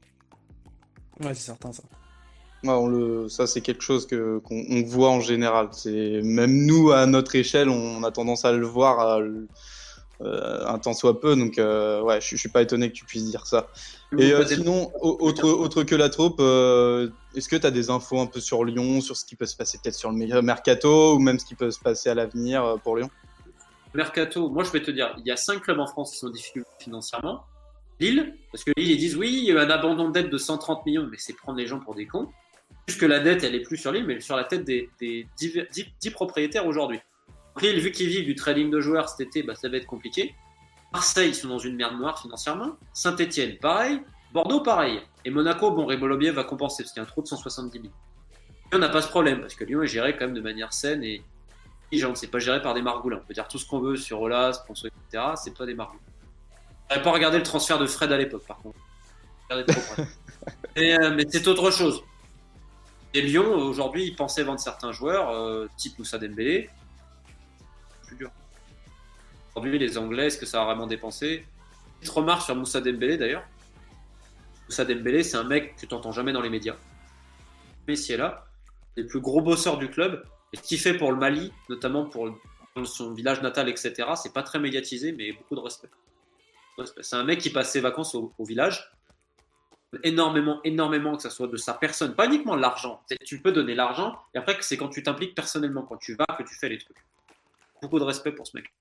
Ouais, c'est certain, ça. Ouais, on le, ça c'est quelque chose que qu'on on voit en général. C'est même nous à notre échelle, on a tendance à le voir à le- euh, un tant soit peu. Donc euh, ouais, je, je suis pas étonné que tu puisses dire ça. Et euh, sinon, au- autre autre que la troupe, euh, est-ce que tu as des infos un peu sur Lyon, sur ce qui peut se passer peut-être sur le me- mercato ou même ce qui peut se passer à l'avenir euh, pour Lyon? Mercato, moi je vais te dire, il y a cinq clubs en France qui sont en difficulté financièrement. Lille, parce que Lille ils disent oui, il y a eu un abandon de dette de cent trente millions, mais c'est prendre les gens pour des cons. Puisque la dette elle est plus sur Lille, mais sur la tête des, des dix propriétaires aujourd'hui. Donc Lille, vu qu'ils vivent du trading de joueurs cet été, bah, ça va être compliqué. Marseille, ils sont dans une merde noire financièrement. Saint-Etienne, pareil. Bordeaux, pareil. Et Monaco, bon, Rébolobier va compenser parce qu'il y a un trou de cent soixante-dix mille. Lyon n'a pas ce problème parce que Lyon est géré quand même de manière saine et intelligente. C'est pas géré par des margoulins. On peut dire tout ce qu'on veut sur Olas, Ponceau, et cetera. C'est pas des margoulins. J'avais pas regardé le transfert de Fred à l'époque, par contre. Regardez trop près. Et, euh, mais c'est autre chose. Et Lyon, aujourd'hui, ils pensaient vendre certains joueurs, euh, type Moussa Dembélé. C'est plus dur. Aujourd'hui, les Anglais, est-ce que ça a vraiment dépensé? Petite remarque sur Moussa Dembélé, d'ailleurs. Moussa Dembélé, c'est un mec que tu n'entends jamais dans les médias. Mais si elle est là, les plus gros bosseurs du club, et ce qu'il fait pour le Mali, notamment pour son village natal, et cetera, c'est pas très médiatisé, mais beaucoup de respect. C'est un mec qui passe ses vacances au, au village. Énormément, énormément, que ça soit de sa personne, pas uniquement l'argent. Tu peux donner l'argent, et après, c'est quand tu t'impliques personnellement, quand tu vas, que tu fais les trucs. Beaucoup de respect pour ce mec.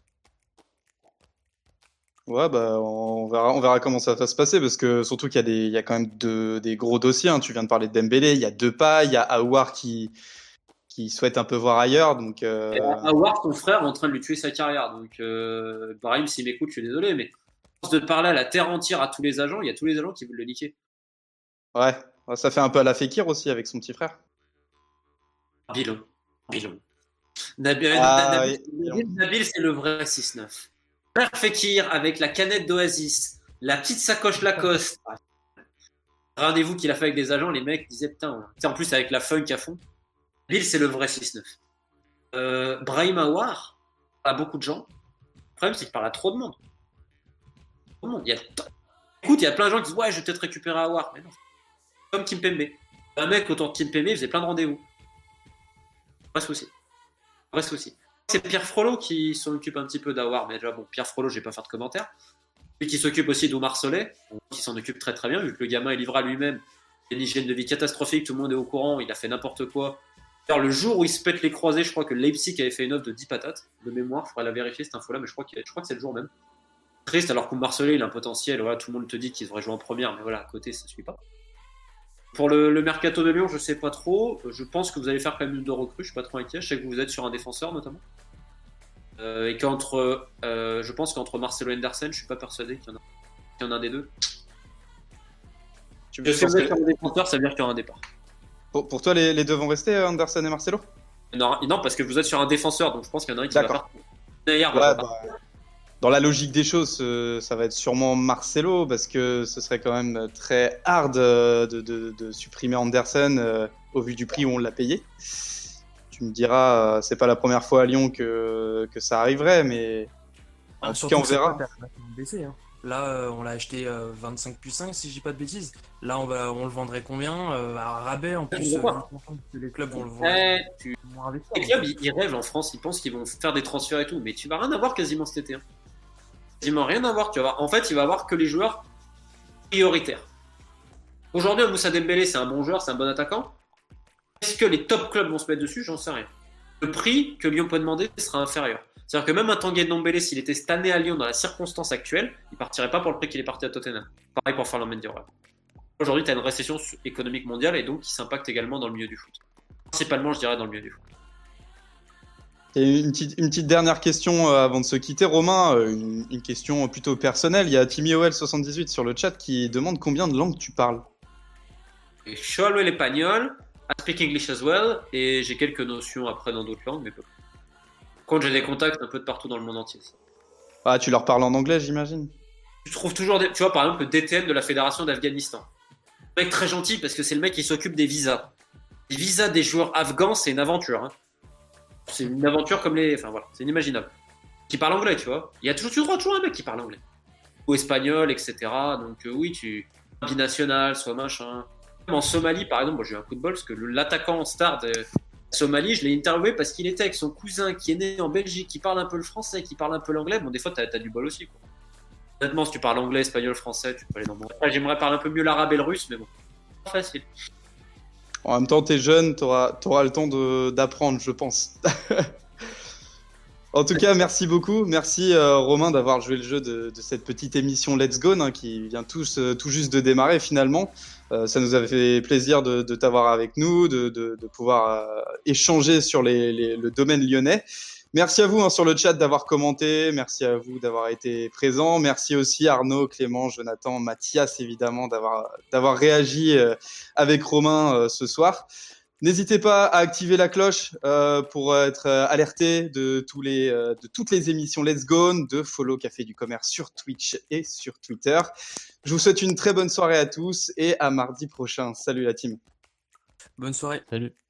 Ouais, bah, on verra, on verra comment ça va se passer parce que surtout qu'il y a des, il y a quand même deux, des gros dossiers. Hein. Tu viens de parler de Dembélé, il y a Depay, il y a Aouar qui, qui souhaite un peu voir ailleurs. Donc, euh... Aouar, ton frère, est en train de lui tuer sa carrière. Donc, euh, Brahim, s'il m'écoute, je suis désolé, mais de parler à la terre entière à tous les agents, il y a tous les agents qui veulent le niquer. Ouais, ça fait un peu à la Fekir aussi avec son petit frère. Bilon. Bilon. Nabil, ah, Nabil, oui. Nabil, Nabil c'est le vrai six neuf. Frère Fekir avec la canette d'Oasis, la petite sacoche Lacoste. Rendez-vous qu'il a fait avec des agents, les mecs disaient putain, en plus avec la funk à fond. Nabil, c'est le vrai six neuf. Euh, Brahim Aouar, à beaucoup de gens. Le problème, c'est qu'il parle à trop de monde. Trop de monde. Il y a... Écoute, il y a plein de gens qui disent ouais, je vais peut-être récupérer Aouar. Mais non. Comme Kimpembe. Un mec autour de Kimpembe, il faisait plein de rendez-vous. Vrai souci. Vrai souci. C'est Pierre Frollo qui s'en occupe un petit peu d'Aouar, mais déjà, bon, Pierre Frollo, je vais pas faire de commentaires. Lui qui s'occupe aussi d'Oumar Solé, qui s'en occupe très très bien, vu que le gamin est livré à lui-même. Il a une hygiène de vie catastrophique, tout le monde est au courant, il a fait n'importe quoi. Alors, le jour où il se pète les croisés, je crois que Leipzig avait fait une offre de dix patates, de mémoire, il faudrait la vérifier cette info-là, mais je crois, qu'il a... je crois que c'est le jour même. Triste, alors qu'Oumar Solé, il a un potentiel, voilà, tout le monde te dit qu'il devrait jouer en première, mais voilà, à côté, ça ne suit pas. Pour le, le mercato de Lyon, je sais pas trop. Je pense que vous allez faire quand même deux recrues. Je suis pas trop inquiet. Je sais que vous êtes sur un défenseur notamment. Euh, et qu'entre, euh, je pense qu'entre Marcelo et Henderson, je suis pas persuadé qu'il y en a, qu'il y en a un des deux. Tu Je sais penses que que- sur un défenseur, ça veut dire qu'il y aura un départ. pour, pour toi, les, les deux vont rester, euh, Anderson et Marcelo? Non, non, parce que vous êtes sur un défenseur, donc je pense qu'il y en a un qui va D'accord. partir. D'ailleurs, Ouais, bah, dans la logique des choses, euh, ça va être sûrement Marcelo parce que ce serait quand même très hard euh, de, de- de supprimer Anderson euh, au vu du prix où on l'a payé. Tu me diras, euh, c'est pas la première fois à Lyon que, que ça arriverait, mais en Ah, tout surtout cas, on que ça verra. peut être vachement baissé, hein. Là, euh, on l'a acheté euh, vingt-cinq plus cinq, si je dis pas de bêtises. Là, on, va, on le vendrait combien? Euh, à rabais, en plus, euh, D'accord. que les clubs vont le vendre. eh, tu... vont investir, les en clubs, fait. ils, ils rêvent en France, ils pensent qu'ils vont faire des transferts et tout, mais tu vas rien avoir quasiment cet été. Hein. Quasiment rien avoir. Tu vas avoir... En fait, il va avoir que les joueurs prioritaires. Aujourd'hui, Moussa Dembélé, c'est un bon joueur, c'est un bon attaquant. Est-ce que les top clubs vont se mettre dessus? J'en sais rien. Le prix que Lyon peut demander sera inférieur. C'est-à-dire que même un Tanguy Ndombele, s'il était cette année à Lyon dans la circonstance actuelle, il partirait pas pour le prix qu'il est parti à Tottenham. Pareil pour Ferland Mendy. Aujourd'hui, tu as une récession économique mondiale et donc qui s'impacte également dans le milieu du foot. Principalement, je dirais, dans le milieu du foot. Et une petite, une petite dernière question euh, avant de se quitter, Romain, euh, une, une question plutôt personnelle. Il y a Timmy O L soixante-dix-huit sur le chat qui demande combien de langues tu parles. Et je parle l'espagnol, I speak English as well, et j'ai quelques notions après dans d'autres langues, mais peu. Par contre, j'ai des contacts un peu de partout dans le monde entier. Ah, tu leur parles en anglais, j'imagine. Tu trouves toujours des... Tu vois, par exemple, le D T N de la Fédération d'Afghanistan. Un mec très gentil parce que c'est le mec qui s'occupe des visas. Les visas des joueurs afghans, c'est une aventure. Hein. C'est une aventure comme les... Enfin voilà, c'est inimaginable. Qui parle anglais, tu vois. Il y a toujours, tu trouves toujours un mec qui parle anglais. Ou espagnol, et cetera. Donc euh, oui, tu... Binational, soit machin. Même en Somalie, par exemple, moi j'ai eu un coup de bol parce que le- l'attaquant star de Somalie, je l'ai interviewé parce qu'il était avec son cousin qui est né en Belgique, qui parle un peu le français, qui parle un peu l'anglais. Bon, des fois, t'as, t'as du bol aussi, quoi. Honnêtement, si tu parles anglais, espagnol, français, tu peux aller dans le monde. Après, j'aimerais parler un peu mieux l'arabe et le russe, mais bon, pas facile. En même temps, t'es jeune, t'auras, t'auras le temps de, d'apprendre, je pense. En tout cas, merci beaucoup. Merci euh, Romain d'avoir joué le jeu de, de cette petite émission Let's Go hein, qui vient tous, euh, tout juste de démarrer finalement. Euh, ça nous a fait plaisir de, de t'avoir avec nous, de, de, de pouvoir euh, échanger sur les, les, le domaine lyonnais. Merci à vous hein, sur le chat d'avoir commenté, merci à vous d'avoir été présents, merci aussi Arnaud, Clément, Jonathan, Mathias évidemment d'avoir, d'avoir réagi euh, avec Romain euh, ce soir. N'hésitez pas à activer la cloche euh, pour être euh, alerté de, tous les, euh, de toutes les émissions Let's Go, de Follow Café du Commerce sur Twitch et sur Twitter. Je vous souhaite une très bonne soirée à tous et à mardi prochain. Salut la team. Bonne soirée. Salut.